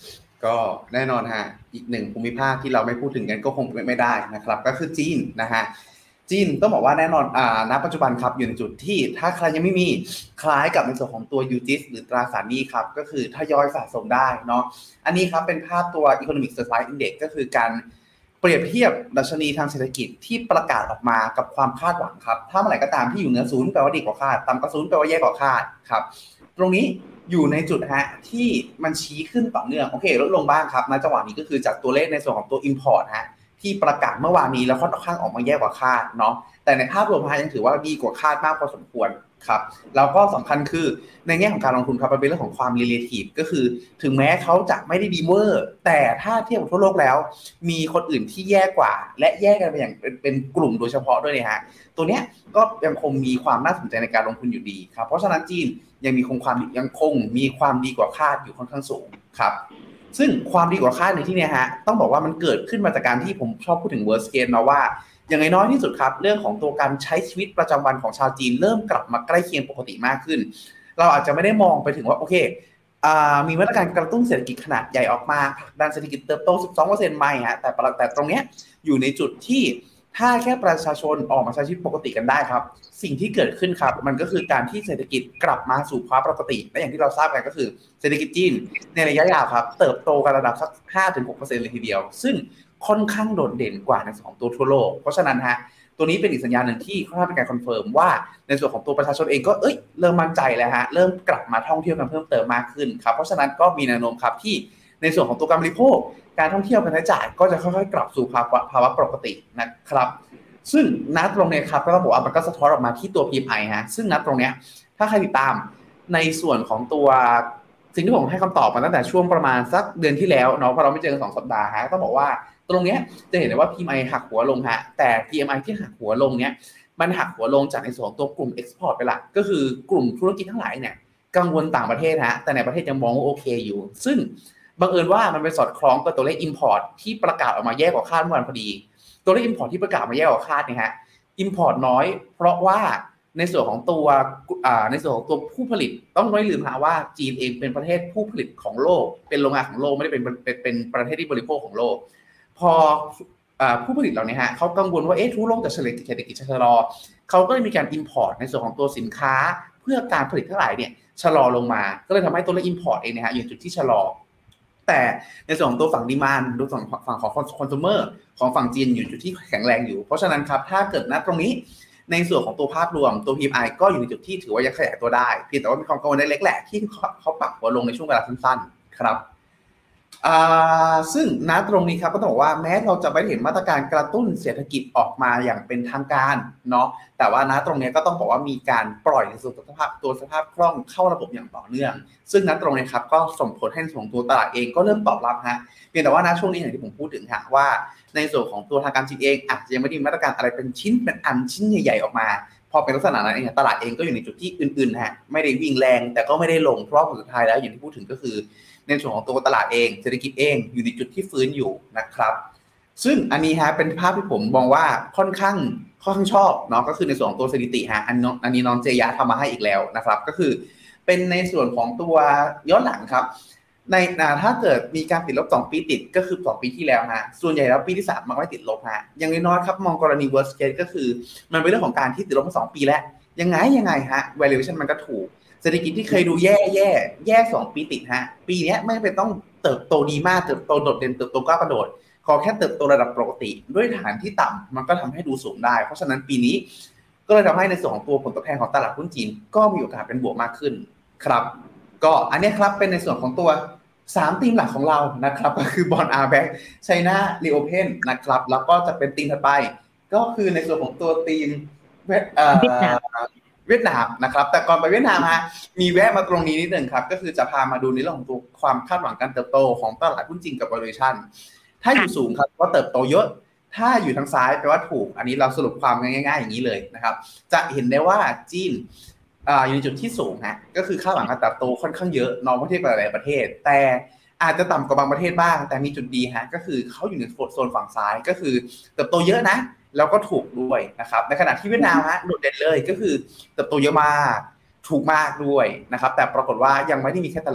ก็แน่นอนฮะอีกหนึ่งภูมิภาคที่เราไม่พูดถึงกันก็คงไม่ได้นะครับก็คือจีนนะฮะจีนต้องบอกว่าแน่นอนอ่าณปัจจุบันครับอยู่ในจุดที่ถ้าใครยังไม่มีคล้ายกับในส่วนของตัว ยู จิ ไอ เอส หรือตราสารหนี้ครับก็คือทยอยสะสมได้เนาะอันนี้ครับเป็นภาพตัว Economic Surprise Index ก็คือการเปรียบเทียบดัชนีทางเศรษฐกิจที่ประกาศออกมากับความคาดหวังครับถ้าเมื่อไหร่ก็ตามที่อยู่เหนือศูนย์แปลว่าดีกว่าคาดต่ำกว่าศูนย์แปลว่าแย่กว่าคาดครับตรงนี้อยู่ในจุดฮะที่มันชี้ขึ้นต่อเนื่องโอเคลดลงบ้างครับณจังหวะนี้ก็คือจากตัวเลขในส่วนของตัว import ฮะที่ประกาศเมื่อวานนี้แล้วค่อนข้างออกมาแย่กว่าคาดเนาะแต่ในภาพรวมฮะยังถือว่าดีกว่าคาดมากพอสมควรครับแล้วก็สำคัญคือในแง่ของการลงทุนครับมันเป็นเรื่องของความ relative ก็คือถึงแม้เขาจะไม่ได้ดีเวอร์แต่ถ้าเทียบกับทั่วโลกแล้วมีคนอื่นที่แย่กว่าและแย่กันไปอย่างเป็นกลุ่มโดยเฉพาะด้วยนะฮะตัวเนี้ยก็ยังคงมีความน่าสนใจในการลงทุนอยู่ดีครับเพราะฉะนั้นจีนยังมีคงความยังคงมีความดีกว่าคาดอยู่ค่อนข้างสูงครับซึ่งความดีกว่าคาดในที่นี้ฮะต้องบอกว่ามันเกิดขึ้นมาจากการที่ผมชอบพูดถึง worst case นะว่าอย่างน้อยที่สุดครับเรื่องของตัวการใช้ชีวิตประจำวันของชาวจีนเริ่มกลับมาใกล้เคียงปกติมากขึ้นเราอาจจะไม่ได้มองไปถึงว่าโอเคมีมาตรการกระตุ้นเศรษฐกิจขนาดใหญ่ออกมาผลักดันเศรษฐกิจเติบโต สิบสองเปอร์เซ็นต์ ไม่ฮะแต่แต่ตรงเนี้ยอยู่ในจุดที่ถ้าแค่ประชาชนออกมาใช้ชีวิตปกติกันได้ครับสิ่งที่เกิดขึ้นครับมันก็คือการที่เศรษฐกิจกลับมาสู่ภาวะปกติและอย่างที่เราทราบกันก็คือเศรษฐกิจจีนในระยะยาวครับเติบโตกันระดับสัก ห้าถึงหกเปอร์เซ็นต์ เลยทีเดียวซึ่งค่อนข้างโดดเด่นกว่าในสองตัวทั่วโลกเพราะฉะนั้นฮะตัวนี้เป็นอีกสัญญาณหนึ่งที่ค่อนข้างเป็นการคอนเฟิร์มว่าในส่วนของตัวประชาชนเองก็เอ้ยเริ่มมั่นใจแล้วฮะเริ่มกลับมาท่องเที่ยวกันเพิ่มเติมมากขึ้นครับเพราะฉะนั้นก็มีแนวโน้มครับที่ในส่วนของตัวการบริโภคการท่องเที่ยวการใช้จ่ายก็จะค่อยๆกลับสู่ภาวะภาวะปกตินะครับซึ่งณตรงนี้ครับก็ต้องบอกว่ามันก็สะท้อนออกมาที่ตัว พี เอ็ม ไอ ฮะซึ่งณตรงนี้ถ้าใครติดตามในส่วนของตัวสิ่งที่ผมให้คำตอบมาตั้งแต่ช่วงประมาณสักเดือนที่แล้วเนาะเพราะเราไม่เจอกันสองสัปดาห์ฮะต้องบอกว่าตรงนี้จะเห็นได้ว่า พี เอ็ม ไอ หักหัวลงฮะแต่ พี เอ็ม ไอ ที่หักหัวลงเนี้ยมันหักหัวลงจากในส่วนของตัวกลุ่ม export ไปละก็คือกลุ่มธุรกิจทั้งหลายเนี่ยกังวลต่างประเทศฮะแต่ในประเทศยังมองว่าโอเคอยู่ซึ่งบังเอิญว่ามันไปสอดคล้องกับตัวเลข import ที่ประกาศออกมาแย่กว่าคาดเมื่อวานพอดีตัวเลข import ที่ประกาศมาแย่กว่าคาดเนี่ยฮะ import น้อยเพราะว่าในส่วนของตัวอ่าในส่วนของตัวผู้ผลิตต้องไม่ลืมฮะว่าจีนเองเป็นประเทศผู้ผลิตของโลกเป็นโรงงานของโลกไม่ได้เป็นเป็นเป็นประเทศที่บริโภคของโลกพอผู้ผลิตเหล่านี้ฮะเขากังวลว่าเอ๊ะทั่วโลกจะเศรษฐกิจชะลอเขาก็เลยมีการ import ในส่วนของตัวสินค้าเพื่อการผลิตทั้งหลายเนี่ยชะลอลงมาก็เลยทำให้ตัวเลข import เองนะฮะอยู่จุดที่ชะลอแต่ในส่วนของตัวฝั่ง demand ดูฝั่งฝั่งของ consumer ของฝั่งจีนอยู่จุดที่แข็งแรงอยู่เพราะฉะนั้นครับถ้าเกิดณตรงนี้ในส่วนของตัวภาพรวมตัว พี เอ็ม ไอ ก็อยู่ในจุดที่ถือว่ายังขยายตัวได้เพียงแต่ว่ามีความกังวลเล็กๆแหละที่เขาปรับหัวลงในช่วงเวลาสั้นๆครับซึ่งณตรงนี้ครับก็ต้องบอกว่าแม้เราจะไม่เห็นมาตรการกระตุ้นเศรษฐกิจออกมาอย่างเป็นทางการเนาะแต่ว่าณตรงนี้ก็ต้องบอกว่ามีการปล่อยในส่วนตัวสภาพตัวสภาพคล่องเข้าระบบอย่างต่อเนื่องซึ่งณตรงนี้ครับก็ส่งผลให้ส่งตัวตลาดเองก็เริ่มตอบรับฮะเพียงแต่ว่าณช่วงนี้อย่างที่ผมพูดถึงฮะว่าในส่วนของตัวทางการจีนเองอาจจะยังไม่ได้มีมาตรการอะไรเป็นชิ้นเป็นอันชิ้นใหญ่ๆออกมาพอเป็นลักษณะนั้นเองตลาดเองก็อยู่ในจุดที่อื่นๆฮะไม่ได้วิ่งแรงแต่ก็ไม่ได้ลงเพราะผลสุดท้ายแล้วอย่างที่พูดถึงก็คือในส่วนของตัวตลาดเองเศรษฐกิจเองอยู่ในจุดที่ฟื้นอยู่นะครับซึ่งอันนี้ฮะเป็นภาพที่ผมมองว่าค่อนข้างค่อนข้างชอบเนาะก็คือในส่วนของตัวสถิติฮะอันอันนี้น้องเจยะทำมาให้อีกแล้วนะครับก็คือเป็นในส่วนของตัวย้อนหลังครับในถ้าเกิดมีการติดลบสองปีติดก็คือสองปีที่แล้วฮะส่วนใหญ่แล้วปีที่สามมันไม่ติดลบฮะอย่างน้อยๆครับมองกรณี worst case ก็คือมันเป็นเรื่องของการที่ติดลบมาสองปีแล้วยังไงยังไงฮะ valuation มันก็ถูกเศรษฐกิจที่เคยดูแย่แย่แย่สองปีติดฮะปีนี้ไม่เป็นต้องเติบโตดีมากเติบโตโดดเด่นเติบโตก้าวกระโดดขอแค่เติบโตระดับปกติด้วยฐานที่ต่ำมันก็ทำให้ดูสูงได้เพราะฉะนั้นปีนี้ก็เลยทำให้ในส่วนของตัวผลตอบแทนของตลาดหุ้นจีนก็มีโอกาสเป็นบวกมากขึ้นครับก็อันนี้ครับเป็นในส่วนของตัวสามธีมหลักของเรานะครับก็คือบอนด์ อาร์ Bank China Reopen นะครับแล้วก็จะเป็นธีมถัดไปก็คือในส่วนของตัวธีมเวียดเอ่อเวียดนามนะครับแต่ก่อนไปเวียดนามฮะมีแวะมาตรงนี้นิดนึงครับก็คือจะพามาดูในเรื่องของตัวความคาดหวังการเติบโตของตลาดหุ้นจีนกับ valuation ถ้าอยู่สูงครับก็เติบโตเยอะถ้าอยู่ทางซ้ายแปลว่าถูกอันนี้เราสรุปความง่ายๆอย่างนี้เลยนะครับจะเห็นได้ว่าจีนอยู่ในจุดที่สูงฮะก็คือคาดหวังการเติบโตค่อนข้างเยอะน้องประเทศหลายประเทศแต่อาจจะต่ำกว่าบางประเทศบ้างแต่มีจุดดีฮะก็คือเขาอยู่ในโซนฝั่งซ้ายก็คือเติบโตเยอะนะแล้วก็ถูกด้วยนะครับในขณะที่เวียดนามฮะโดดเด่นเลยก็คือเติบโตเยอะมากถูกมากด้วยนะครับแต่ปรากฏว่ายังไม่ได้มีแคตาลิสต์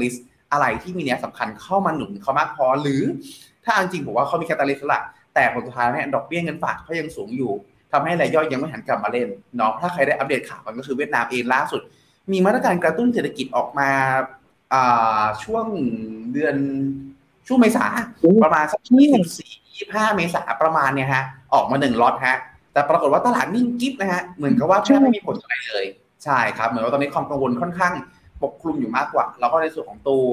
อะไรที่มีนัยสำคัญเข้ามาหนุนเขามากพอหรือถ้าจริงผมว่าเขามีแคตตาลิสต์แล้วล่ะแต่ผลสุดท้ายเนี่ยดอกเบี้ยเงินฝากเขายังสูงอยู่ทำให้รายย่อยยังไม่หันกลับมาเล่นเนาะถ้าใครได้อัปเดตข่าวกันก็คือเวียดนามเองล่าสุดมีมาตรการกระตุ้นเศรษฐกิจออกมาช่วงเดือนช่วงเมษาประมาณสักยี่สิบสี่ ยี่สิบห้าเมษาประมาณเนี่ยฮะออกมาหนึ่งล็อตฮะแต่ปรากฏว่าตลาดนิ่งกิ๊บนะฮะเหมือนกับว่าแทบไม่มีผลอะไรเลยใช่ครับเหมือนว่าตอนนี้ความกังวลค่อนข้างปกคลุมอยู่มากกว่าแล้วก็ในส่วนของตัว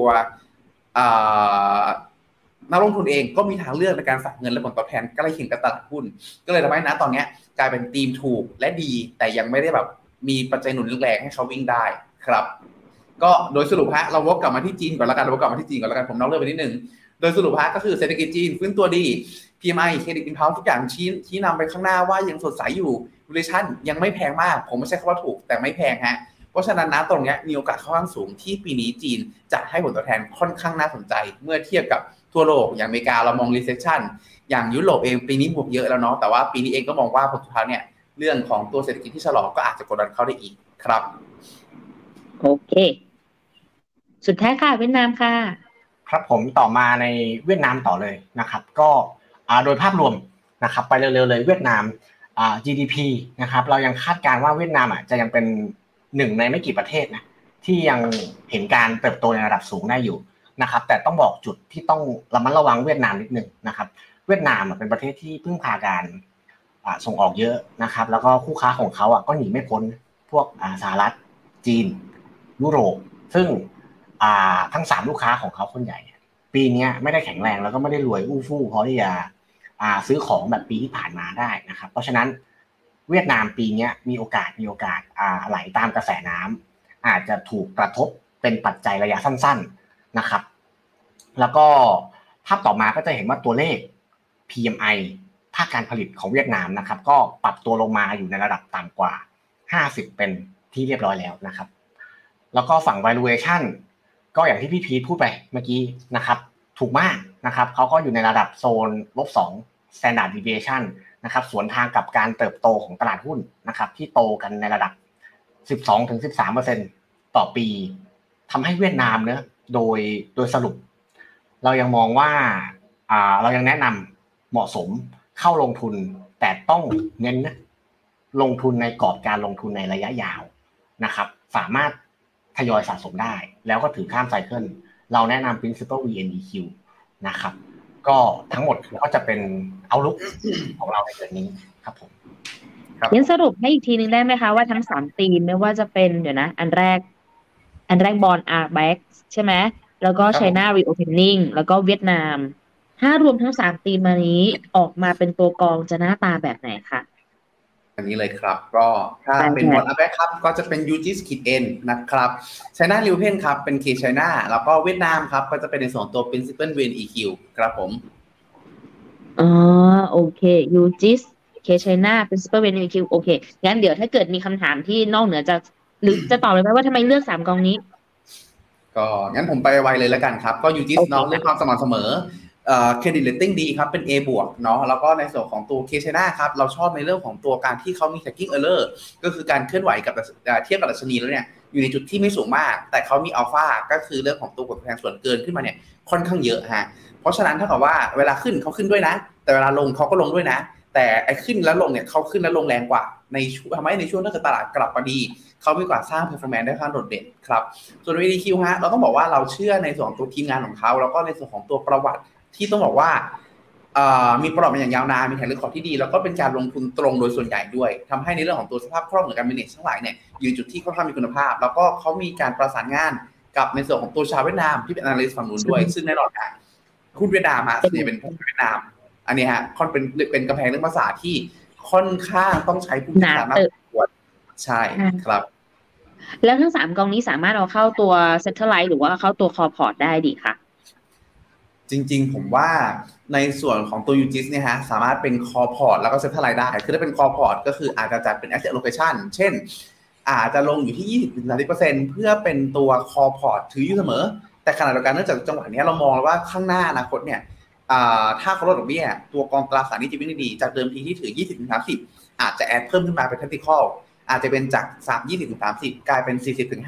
นักลงทุนเองก็มีทางเลือกในการฝากเงินและผลตอบแทนใกล้เคียงกับตลาดหุ้นก็เลยทำให้ณตอนนี้กลายเป็นธีมถูกและดีแต่ยังไม่ได้แบบมีปัจจัยหนุนแรงให้เขาวิ่งได้ครับก็โดยสรุปฮะเราวกกลับมาที่จีนก่อนละกันเราวกกลับมาที่จีนก่อนละกันผมนอกเรื่องไปนิดนึงโดยสรุปฮะก็คือเศรษฐกิจจีนฟื้นตัวดี พี เอ็ม ไอ Credit Impulse ทุกอย่างชี้ชี้นำไปข้างหน้าว่ายังสดใสอยู่ Valuation ยังไม่แพงมากผมไม่ใช่คำว่าถูกแต่ไม่แพงฮะเพราะฉะนั้นนะตรงนี้มีโอกาสค่อนข้างสูงที่ปีนี้จีนจะให้ผลตอบแทนค่อนข้างน่าสนใจเมื่อเทียบกับทั่วโลกอย่างอเมริกาเรามอง recession อย่างยุโรปเองปีนี้บวกเยอะแล้วเนาะแต่ว่าปีนี้เองก็มองว่าผลสุดท้ายเนี่ยเรื่องของตัวเศรษฐกิจที่ชะลอก็อาจจะกดดันเข้าได้อีกครับโอเคสุดท้ายค่ะเวียดนามค่ะครับผมต่อมาในเวียดนามต่อเลยนะครับก็โดยภาพรวมนะครับไปเร็วๆเลยเวียดนาม จี ดี พี นะครับเรายังคาดการณ์ว่าเวียดนามอ่ะจะยังเป็นหนึ่งในไม่กี่ประเทศนะที่ยังเห็นการเติบโตในระดับสูงได้อยู่นะครับแต่ต้องบอกจุดที่ต้องระมัดระวังเวียดนามนิดนึงนะครับเวียดนามเป็นประเทศที่พึ่งพาการส่งออกเยอะนะครับแล้วก็คู่ค้าของเขาอ่ะก็หนีไม่พ้นพวกสหรัฐจีนยุโรปซึ่งทั้งสามลูกค้าของเขาคนใหญ่ปีนี้ไม่ได้แข็งแรงแล้วก็ไม่ได้รวยอู้ฟู่พอที่จะซื้อของแบบปีที่ผ่านมาได้นะครับเพราะฉะนั้นเวียดนามปีนี้มีโอกาสมีโอกาสไหลตามกระแสน้ำอาจจะถูกกระทบเป็นปัจจัยระยะสั้นๆนะครับแล้วก็ภาพต่อมาก็จะเห็นว่าตัวเลข พี เอ็ม ไอ ภาคการผลิตของเวียดนามนะครับก็ปรับตัวลงมาอยู่ในระดับต่ำกว่าห้าสิบเป็นที่เรียบร้อยแล้วนะครับแล้วก็ฝั่ง valuation ก็อย่างที่พี่พีทพูดไปเมื่อกี้นะครับถูกมากนะครับเขาก็อยู่ในระดับโซน ลบสอง standard deviation นะครับสวนทางกับการเติบโตของตลาดหุ้นนะครับที่โตกันในระดับ สิบสองถึงสิบสามเปอร์เซ็นต์ ต่อปีทำให้เวียดนามเนอะโดยโดยสรุปเรายังมองว่าอ่าเรายังแนะนำเหมาะสมเข้าลงทุนแต่ต้องเน้นนะลงทุนในกรอบการลงทุนในระยะยาวนะครับสามารถทยอยสะสมได้แล้วก็ถือข้ามไซเคิลเราแนะนำ principal วี เอ็น อี คิว นะครับก็ทั้งหมดก็จะเป็นเอาลุกของเราในเดือนนี้ครับผมครับงั้นสรุปให้อีกทีนึงได้ไหมคะว่าทั้งสามธีมไม่ว่าจะเป็นเดี๋ยวนะอันแรกอันแรก Bond อาร์ บี อี เอ็กซ์ ใช่ไหมแล้วก็ China Reopening แล้วก็เวียดนามถ้ารวมทั้งสามธีมมานี้ออกมาเป็นตัวกองจะหน้าตาแบบไหนคะอันนี้เลยครับก็ถ้าเป็น Bond อาร์ บี อี เอ็กซ์ ครับก็จะเป็น ยู จี ไอ เอ็น นะครับ China Reopening ครับเป็น K China แล้วก็เวียดนามครับก็จะเป็นในส่วนตัว Principal วี เอ็น อี คิว ครับผมอ๋อโอเค ยู จี K China Principal วี เอ็น อี คิว โอเคงั้นเดี๋ยวถ้าเกิดมีคำถามที่นอกเหนือจากหรือจะตอบเลยไหมว่าทำไมเลือกสามกองนี้ก็งั้นผมไปไวเลยแล้วกันครับก็ ยู จี เนาะเรื่องความสม่ำเสมอเอ่อ credit rating ดีครับเป็น A บวกเนาะแล้วก็ในส่วนของตัว K China ครับเราชอบในเรื่องของตัวการที่เขามี tracking error ก็คือการเคลื่อนไหวกับเทียบกับดัชนีแล้วเนี่ยอยู่ในจุดที่ไม่สูงมากแต่เขามีอัลฟาก็คือเรื่องของตัวผลตอบแทนส่วนเกินขึ้นมาเนี่ยค่อนข้างเยอะฮะเพราะฉะนั้นเท่ากับว่าเวลาขึ้นเขาขึ้นด้วยนะแต่เวลาลงเขาก็ลงด้วยนะแต่ไอ้ขึ้นแล้วลงเนี่ยเขาขึ้นแล้วลงแรงกว่าในทำให้ในช่วงที่ตลาดกลับมาดีเขามีกว่าสร้าง performance ได้ค่อนข้างโดดเด่นครับส่วน วี ดี คิว ฮะเราต้องบอกว่าเราเชื่อในส่วนของตัวทีมงานของเขาแล้วก็ในส่วนของตัวประวัติที่ต้องบอกว่ามีประวัติมาอย่างยาวนานมีแผนเรื่องของที่ดีแล้วก็เป็นการลงทุนตรงโดยส่วนใหญ่ด้วยทำให้ในเรื่องของตัวสภาพคล่องหรือการ manage ทั้งหลายเนี่ยอยู่จุดที่ค่อนข้างมีคุณภาพแล้วก็เขามีการประสานงานกับในส่วนของตัวชาวเวียดนามที่เป็น analyst ฝั่งนู้นด้วยซึ่งแน่นอนค่ะหุ้นเวียดนามฮะส่วนใหญ่เป็นหุ้นเวียดนามอันนี้ฮะค่อนเป็นเป็นกำแพงเรื่องภาษาที่ค่อนข้างต้องใช้ผู้เชี่ยวชาญมากกว่าใช่ครับแล้วทั้งสามกองนี้สามารถเอาเข้าตัว satellite หรือว่าเข้าตัว core port ได้ดีค่ะจริงๆผมว่าในส่วนของตัว ยู จี ไอ เอส เนี่ยฮะสามารถเป็น core port แล้วก็ satellite ได้คือถ้าเป็น core port ก็คืออาจจะจัดเป็น asset allocation เช่นอาจจะลงอยู่ที่ ยี่สิบถึงสามสิบเปอร์เซ็นต์ เพื่อเป็นตัว core port ถืออยู่เสมอแต่ขณะเดียวกันเนื่องจากจังหวะนี้เรามองว่าข้างหน้าอนาคตเนี่ยถ้าเขาลดดอกเบี้ยตัวกองตราสารหนี้จะวิ่งได้ดีจากเดิมทีที่ถือ ยี่สิบถึงสามสิบ อาจจะแอดเพิ่มขึ้นมาเป็น tactical อาจจะเป็นจากสาม ยี่สิบถึงสามสิบกลายเป็น สี่สิบถึงห้าสิบ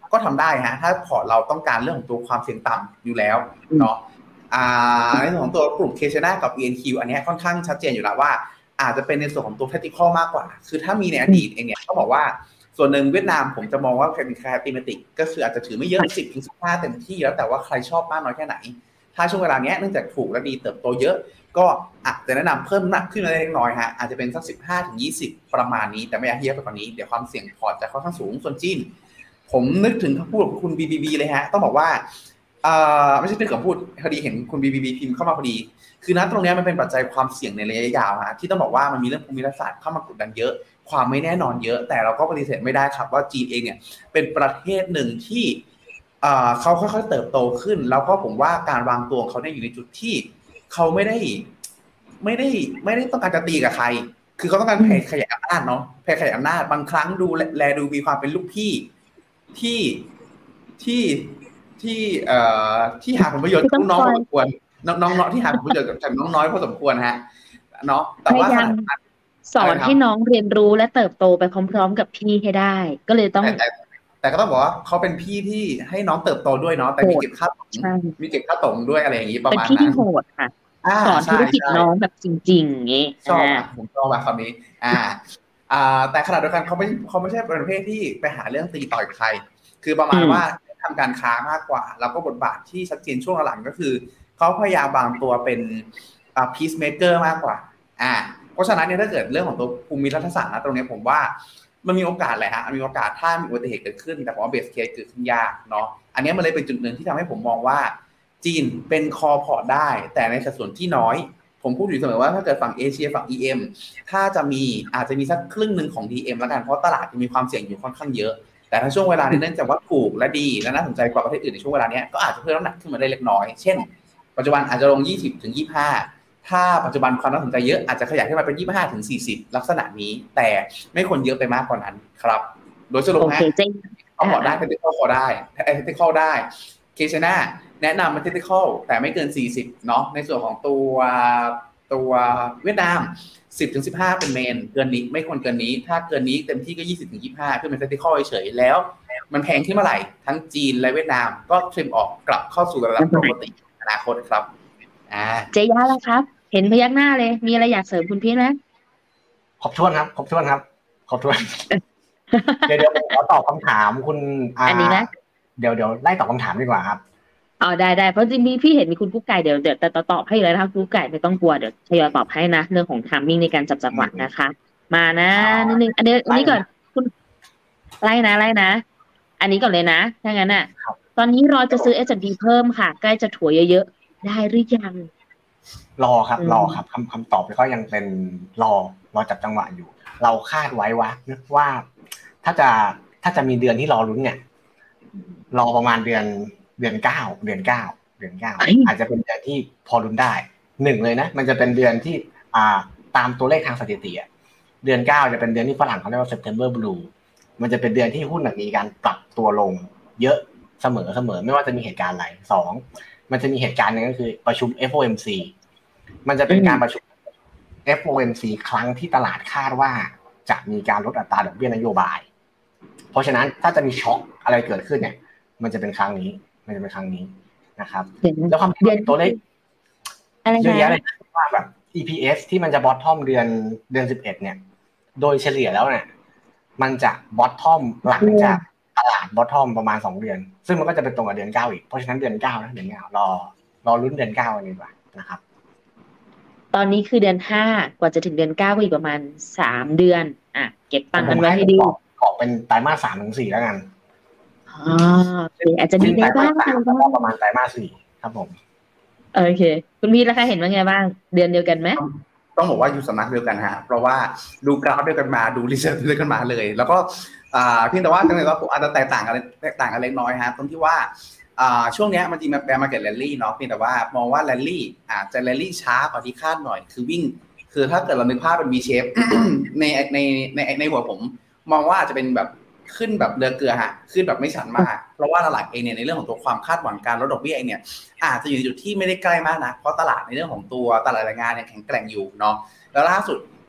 ก็ทำได้ฮะถ้าพอร์ตเราต้องการเรื่องของตัวความเสี่ยงต่ำอยู่แล้วเนาะอ่าในส่วนของตัวกลุ่ม เค China กับ อี เอ็น คิว อันนี้ค่อนข้างชัดเจนอยู่แล้วว่าอาจจะเป็นในส่วนของตัว tactical มากกว่าคือถ้ามีในอดีตเองเนี่ยเขาบอกว่าส่วนหนึ่งเวียดนามผมจะมองว่าเป็น thematic ก็คืออาจจะถือไม่เยอะ สิบถึงสิบห้า เต็มที่แล้วแต่ว่าใครชอบมากน้อยแค่ไหนถ้าช่วงเวลานี้เนื่องจากถูกและดีเติบโตเยอะก็อาจจะแนะนำเพิ่มน้ำหนักขึ้นมาเล็กน้อยฮะอาจจะเป็นสัก สิบห้าถึงยี่สิบ ประมาณนี้แต่ไม่อยากเยอะไปกว่านี้เดี๋ยวความเสี่ยงพอร์ตจะค่อนข้างสูงส่วนจีนผมนึกถึงคำพูดของคุณ บี บี บี เลยฮะต้องบอกว่าอ่าไม่ใช่นึกคำพูดพอดีเห็นคุณ บี บี บี พิมพ์เข้ามาพอดีคือณตรงนี้มันเป็นปัจจัยความเสี่ยงในระยะยาวฮะที่ต้องบอกว่ามันมีเรื่องภูมิรัฐศาสตร์เข้ามากดดันเยอะความไม่แน่นอนเยอะแต่เราก็ปฏิเสธไม่ได้ครับว่าจีนเองเนี่ยเป็นประเทศหนึ่งที่อ่าเขาค่อยๆเติบโตขึ้นแล้วก็ผมว่าการวางตัวของเขาเนี่ยอยู่ในจุดที่เขาไม่ได้ไม่ได้ไม่ได้ต้องการจะตีกับใครคือเขาต้องการแผ่ขยายอำนาจเนาะแผ่ขยายอำนาจบางครั้งดูแลดูมีความเป็นลูกพี่ที่ที่ที่เอ่อที่หาผลประโยชน์จากน้องพอสมควรน้องๆที่หาผลประโยชน์จากน้องน้อยพอสมควรฮะเนาะแต่ว่าสอนให้น้องเรียนรู้และเติบโตไปพร้อมๆกับพี่ให้ได้ก็เลยต้องแต่แต่ก็ต้องบอกว่าเขาเป็นพี่ที่ให้น้องเติบโตด้วยเนาะแต่มีเก็บค่ามีเก็บค่าตรงด้วยอะไรอย่างนี้ประมาณนั้นเป็นพี่ที่โหดค่ะสอนธุรกิจน้องแบบจริงๆอย่างนี้ชอบอ่ะผมชอบแบบคำนี้อ่าอ่าแต่ขณะเดียวกันเขาไม่เขาไม่ใช่ประเภทที่ไปหาเรื่องตีต่อยใครคือประมาณว่าทำการค้ามากกว่าแล้วก็บทบาทที่ชัดเจนช่วงหลังก็คือเขาพยายามวางตัวเป็นอ่า peacemaker มากกว่าอ่าเพราะฉะนั้นเนี่ยถ้าเกิดเรื่องของตัวภูมิรัฐศาสตร์นะตรงนี้ผมว่ามันมีโอกาสแหละฮะมีโอกาสถ้ามีอุบัติเหตุเกิดขึ้นแต่ผมว่าเบสเคสเกิดขึ้นยากเนาะอันนี้มันเลยเป็นจุดหนึ่งที่ทำให้ผมมองว่าจีนเป็นคอพอร์ตได้แต่ในสัดส่วนที่น้อยผมพูดอยู่เสมอว่าถ้าเกิดฝั่งเอเชียฝั่ง อี เอ็ม ถ้าจะมีอาจจะมีสักครึ่งนึงของ ดี เอ็ม แล้วกันเพราะตลาดมีความเสี่ยงอยู่ค่อนข้างเยอะแต่ถ้าช่วงเวลานี้เนื่องจากว่าถูกและดีและน่าสนใจกว่าประเทศอื่นในช่วงเวลานี้ก็อาจจะเพิ่มน้ำหนักขึ้นมาได้เล็กน้อยเช่นปัจจุบันอาจจะลง ยี่สิบถึงยี่สิบห้าถ้าปัจจุบันความน่าสนใจเยอะอาจจะขยายขึ้นมาเป็น ยี่สิบห้าถึงสี่สิบ ลักษณะนี้แต่ไม่ควรเยอะไปมากกว่านั้นครับโดยสรุปฮะเอาพอได้ technical พอได้ technical ได้ เค China แนะนำเป็น technical แต่ไม่เกินสี่สิบเนาะในส่วนของตัวตัวเวียดนาม สิบถึงสิบห้า เป็นเมนเกินนี้ไม่ควรเกินนี้ถ้าเกินนี้เต็มที่ก็ ยี่สิบถึงยี่สิบห้า ขึ้นเป็น technical เฉยๆแล้วมันแพงขึ้นเมื่อไหร่ทั้งจีนและเวียดนามก็ทริมออกกลับเข้าสู่ระดับปกติอนาคตครับอ่าเจย่าแล้วครับเห็นพยักหน้าเลยมีอะไรอยากเสริมคุณพี่ไหมขอบถ้วนครับขอบถ้วนครับขอบถ้วนเดี๋ยวเดี๋ยวผมขอตอบคำถามคุณอันนี้นะเดี๋ยวเดี๋ยวไล่ตอบคำถามดีกว่าครับอ๋อได้ได้เพราะจริงๆพี่เห็นมีคุณกุ๊กไก่เดี๋ยวเดี๋ยวแต่ตอบให้เลยนะคะกุ๊กไก่ไม่ต้องกลัวเดี๋ยวทยอยตอบให้นะเรื่องของไทมิ่งในการจับจังหวะนะคะมานะนิดนึงอันนี้อันนี้ก่อนคุณไล่นะไล่นะอันนี้ก่อนเลยนะถ้างั้นอ่ะตอนนี้รอจะซื้อ เอส แอนด์ พี เพิ่มค่ะใกล้จะถัวเยอะๆได้หรือยังรอครับรอครับคำคำตอบก็ยังเป็นรอรอจับจังหวะอยู่เราคาดไว้ว่าว่าถ้าจะถ้าจะมีเดือนที่รอลุ้นเนี่ยรอประมาณเดือนเดือนเก้าเดือนเก้าเดือนเก้าอาจจะเป็นเดือนที่พอลุ้นได้หนึ่งเลยนะมันจะเป็นเดือนที่อ่าตามตัวเลขทางสถิติอะเดือนเก้าจะเป็นเดือนที่ฝรั่งเขาเรียกว่า September Blue มันจะเป็นเดือนที่หุ้นมีการปรับตัวลงเยอะเสมอเสมอไม่ว่าจะมีเหตุการณ์อะไรสองมันจะมีเหตุการณ์นึงก็คือประชุม เอฟ โอ เอ็ม ซี มันจะเป็นการประชุม เอฟ โอ เอ็ม ซี ครั้งที่ตลาดคาดว่าจะมีการลดอัตราดอกเบี้ยนโยบายเพราะฉะนั้นถ้าจะมีช็อคอะไรเกิดขึ้นเนี่ยมันจะเป็นครั้งนี้มันจะเป็นครั้งนี้นะครับแล้วความเดือนตัวเลขเยอะแยะเลยว่าแบบ อี พี เอส ที่มันจะบอททอมเดือนเดือนสิบเอ็ดเนี่ยโดยเฉลี่ยแล้วเนี่ยมันจะบอททอมหลังจากตลาดบอททอมประมาณสองเดือนซึ่งมันก็จะเป็นตรงกับเดือนเก้าอีกเพราะฉะนั้นเดือนเก้านะเดือนเก้ารอรอลุ้นเดือนเก้ากันดีกว่านะครับตอนนี้คือเดือนห้ากว่าจะถึงเดือนเก้าก็อีกประมาณสามเดือนอ่ะเก็บตังค์กันไว้ให้ดีขอเป็นไตรมาสสามถึงสี่แล้วกันอ๋อโอเคอาจจะมีได้บ้างประมาณไตรมาสสี่ครับผมโอเคคุณพี่ราคาเห็นว่าไงบ้างเดือนเดียวกันไหมต้องบอกว่าอยู่สำนักเดียวกันฮะเพราะว่าดูกราฟเดียวกันมาดูรีเสิร์ชเดียวกันมาเลยแล้วก็อ่าเพียงแต่ว่าตรงนี้ก็อาจจะแตกต่างกันแตกต่างกันเล็กน้อยฮะตรงที่ว่าอ่าช่วงนี้มันจริงแบร์มาร์เก็ตแรลลี่เนาะเพียงแต่ว่ามองว่าแรลลี่อาจจะแรลลี่ช้ากว่าที่คาดหน่อยคือวิ่งคือถ้าเกิดเรานึกภาพเป็น V shape ในในในในหัวผมมองว่าอาจจะเป็นแบบขึ้นแบบเรือเกลือฮะขึ้นแบบไม่ชันมากเพราะว่าตลาดเองเนี่ยในเรื่องของตัวความคาดหวังการลดดอกเบี้ยเองเนี่ยอาจจะอยู่ในจุดที่ไม่ได้ใกล้มากนะเพราะตลาดในเรื่องของตัวตลาดแรงงานเนี่ยแข็งแกร่งอยู่เนาะแล้วล่าสุด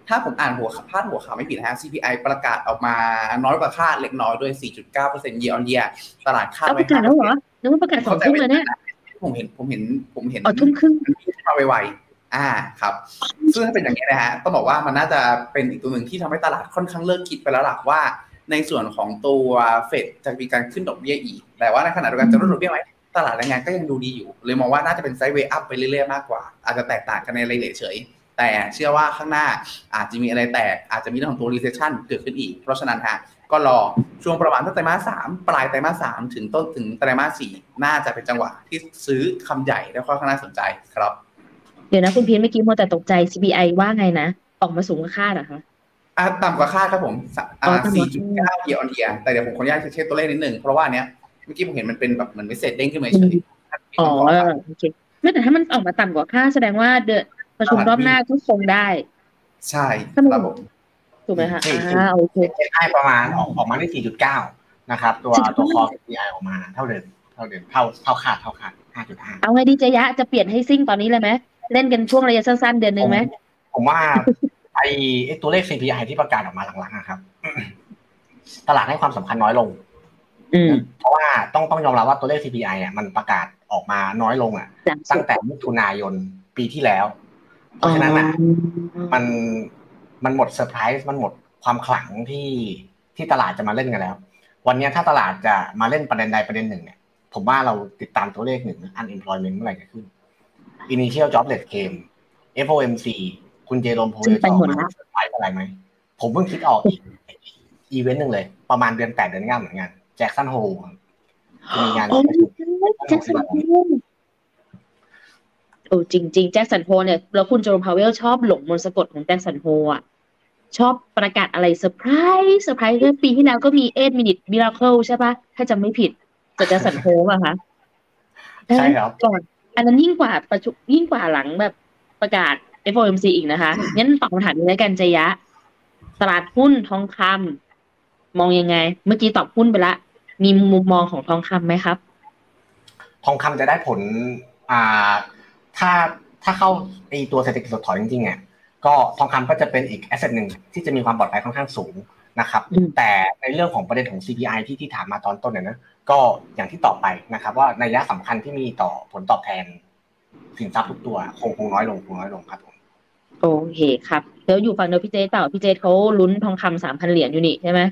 ถ้าผมอ่านหัวพาดหัวข่าวไม่ผิดนะฮะ ซี พี ไอ ประกาศออกมาน้อยกว่าคาดเล็กน้อยด้วย สี่จุดเก้าเปอร์เซ็นต์ year on year ตลาดคาดเอาปไว้ระกาศแล้วเหรอนึกว่าประกาศสองทุ่มเลยเนี่ยผมเห็นผมเห็นผมเห็นอ๋อทุ่มครึ่งมันขึ้นมาไวๆอ่าครับซึ่งถ้าเป็นอย่างนี้นะฮะต้องบอกว่ามันน่าจะเป็นอีกตัวหนึ่งที่ทำให้ตลาดค่อนข้างเลิกคิดไปแล้วล่ะว่าในส่วนของตัวเฟดจะมีการขึ้นดอกเบี้ยอีกแต่ว่าในขณะเดียวกันจะลดดอกเบี้ยไหมตลาดแรงงานก็ยังดูดีอยู่เลยมองว่าน่าจะเป็นไซด์เวย์อัพไปเรื่อยๆมากกว่าอาจจะแตกต่างกันในรายละเอียดเฉยแต่เชื่อว่าข้างหน้าอาจจะมีอะไรแตกอาจจะมีเรื่องของตัว recession เกิดขึ้นอีกเพราะฉะนั้นฮะก็รอช่วงประมาณไตรมาสสามปลายไตรมาสสามถึงต้นถึงไตรมาสสี่น่าจะเป็นจังหวะที่ซื้อคำใหญ่และค่อนข้างน่าสนใจครับเดี๋ยวนะคุณพีทเมื่อกี้มัวแต่ตกใจ ซี พี ไอ ว่าไงนะออกมาสูงกว่าคาดเหรอคะอ่าต่ำกว่าคาดครับผมอ่า สี่จุดเก้า year on year แต่เดี๋ยวผมขออนุญาตเช็คตัวเลขนิดนึงเพราะว่าเนี้ยเมื่อกี้ผมเห็นมันเป็นแบบเหมือนเมสเสจเด้งขึ้นมาเฉยอ๋อโอเคไม่แต่ถ้ามันออกมาต่ำกว่าคาดแสดงว่าเดือนประชุมรอบหน้าก็คงได้ใช่ครับผมถูกไหมคะอ่าโอเคให้ประมาณออกออกมาได้ สี่จุดเก้า นะครับตัวตัวคอ ซี พี ไอ ออกมาเท่าเดิมเท่าเดิมเท่าเท่าคาดเท่าคาด ห้าจุดห้าเอาไงดีเจยะจะเปลี่ยนให้ซิ่งตอนนี้เลยไหมเล่นกันช่วงระยะสั้นๆเดือนนึงไหมผมว่าไอ้ตัวเลข ซี พี ไอ ที่ประกาศออกมาหลังๆนะครับตลาดให้ความสำคัญน้อยลงเพราะว่าต้องต้องยอมรับว่าตัวเลข ซี พี ไอ อ่ะมันประกาศออกมาน้อยลงอ่ะตั้งแต่มิถุนายนปีที่แล้วเพราะฉะนั้นอ่ะมันมันหมดเซอร์ไพรส์มันหมดความขลังที่ที่ตลาดจะมาเล่นกันแล้ววันนี้ถ้าตลาดจะมาเล่นประเด็นใดประเด็นหนึ่งเนี่ยผมว่าเราติดตามตัวเลขหนึ่ง unemployment เมื่อไหร่จะขึ้น initial jobless claim เอฟ โอ เอ็ม ซี คุณเจโรมโพลจะออกมาเซอร์ไพรส์อะไรไหมผมเพิ่งคิดออกอีกอีเวนต์หนึ่งเลยประมาณเดือนแปดเดือนเก้าเหมือนกันแจ็คสันโฮลมีงานแจ็คสันโฮลโอ้จริงๆแจ็คสันโฮลเนี่ยแล้วคุณโจมพาวเวลชอบหลงมนต์สะกดของแจ็คสันโฮลอ่ะชอบประกาศอะไรเซอร์ไพรส์เซอร์ไพรส์เรื่องปีที่แล้วก็มีเอ็ดมินิทมิราเคิลใช่ปะถ้าจำไม่ผิดจากแจ็คสันโฮลป่ะคะใช่ครับก่อนอันนั้นยิ่งกว่าประชุมยิ่งกว่าหลังแบบประกาศ เอฟ โอ เอ็ม ซี อีกนะคะงั้นตอบคำถามนี้แล้วกันเจยะตลาดหุ้นทองคำมองยังไงเมื่อกี้ตอบหุ้นไปละมีมุมมองของทองคำไหมครับทองคำจะได้ผลอ่าถ้าถ้าเข้าไอตัวเศรษฐกิจถดถอยจริงๆเนี่ยก็ทองคำก็จะเป็นอีกแอสเซทหนึ่งที่จะมีความปลอดภัยค่อนข้างสูงนะครับแต่ในเรื่องของประเด็นของ ซี พี ไอ ที่ที่ถามมาตอนต้นเนี่ยนะก็อย่างที่ตอบไปนะครับว่านัยยะสำคัญที่มีต่อผลตอบแทนสินทรัพย์ทุกตัวคงคงน้อยลงคงน้อยลงครับผมโอเคครับแล้วอยู่ฝั่งเดียวพี่เจเปล่าพี่เจเขาลุ้นทองคำสามพันเหรียญอยู่นี่ใช่ไหม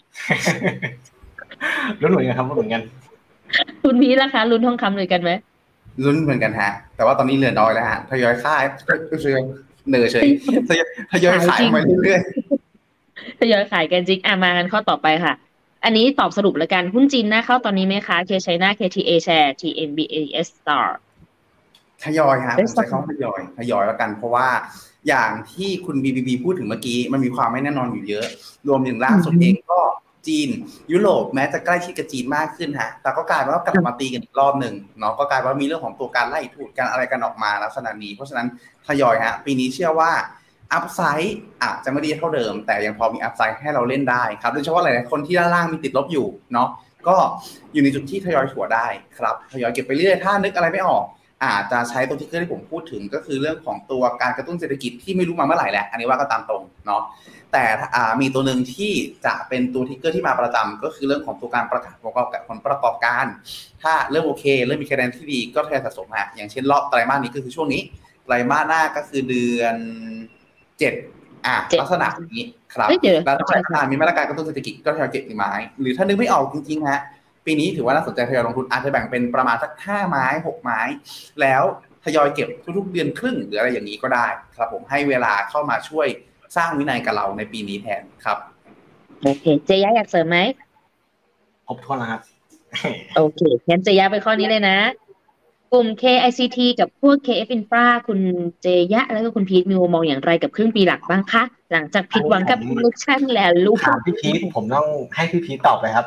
ลุ้นเหมือนกันครับลุ้นเหมือนกันคุณพีราคาลุ้นทองคำเหมือนกันไหมลุ้นเหมือนกันฮะแต่ว่าตอนนี้เหลือน้อยแล้วฮะทยอยขายก็คือเหนื่อยเฉยทยอยขายไปเรื่อยๆทยอยขายกันจริงอ่ะมากันข้อต่อไปค่ะอันนี้ตอบสรุปแล้วกันหุ้นจีนน่าเข้าตอนนี้ไหมคะเคไชน่า เค ที เอ Share ที เอ็ม บี เอ เอส Star ทยอยครับผมใช้คำว่าทยอยทยอยแล้วกันเพราะว่าอย่างที่คุณ บี บี บี พูดถึงเมื่อกี้มันมีความไม่แน่นอนอยู่เยอะรวมถึงล่าสุดเองก็จีนยุโรปแม้จะใกล้ชิดกับจีนมากขึ้นฮะแต่ก็กลายเป็นว่ากลับมาตีกันอีกรอบหนึ่งเนาะก็กลายว่ามีเรื่องของตัวการไล่ถูดกันอะไรกันออกมาลักษณะนี้เพราะฉะนั้นทยอยฮะปีนี้เชื่อว่าอัพไซด์อาจจะไม่ดีเท่าเดิมแต่ยังพอมีอัพไซด์ให้เราเล่นได้ครับโดยเฉพาะหลายๆคนที่ด้านล่างมีติดลบอยู่เนาะก็อยู่ในจุดที่ทยอยถัวได้ครับทยอยเก็บไปเรื่อยถ้านึกอะไรไม่ออกอาจจะใช้ตัวทิกเกอร์ที่ผมพูดถึงก็คือเรื่องของตัวการกระตุ้นเศรษฐกิจที่ไม่รู้มาเมื่อไหร่แหละอันนี้ว่าก็ตามตรงเนาะแต่มีตัวหนึ่งที่จะเป็นตัวทิกเกอร์ที่มาประจำก็คือเรื่องของตัวการประกาศผลประกอบการผลประกอบการถ้าเริ่มโอเคเริ่มมีคะแนนที่ดีก็ทยอยสะสมฮะอย่างเช่นรอบไตรมาสนี้ก็คือช่วงนี้ไตรมาสหน้าก็คือเดือนเจ็ดอ่ะลักษณะนี้ครับแล้วถ้าไตรมาสมีมาตรการกระตุ้นเศรษฐกิจก็ทยอยเก็บไม้หรือถ้านึกไม่ออกจริงๆฮะปีนี้ถือว่าน่าสนใจทยอยลงทุนอาจจะแบ่งเป็นประมาณสักห้าไม้หกไม้แล้วทยอยเก็บทุกๆเดือนครึ่งหรืออะไรอย่างนี้ก็ได้ครับผมให้เวลาเข้ามาช่วยสร้างวินัยกับเราในปีนี้แทนครับโอเคเจยะอยากเสริมไหมครบถ้วนแล้วครับโอเคงั้นเจยะไปข้อนี้เลยนะกลุ่ม เค ไอ ซี ที กับพวก เค เอฟ Infra คุณเจยะแล้วก็คุณพีทมีมุมมองอย่างไรกับครึ่งปีหลังบ้างคะหลังจากผิดหวังกับโปรดักชั่นแล้วลูกถามพี่พีทผมต้องให้พี่พีทตอบเลยครับ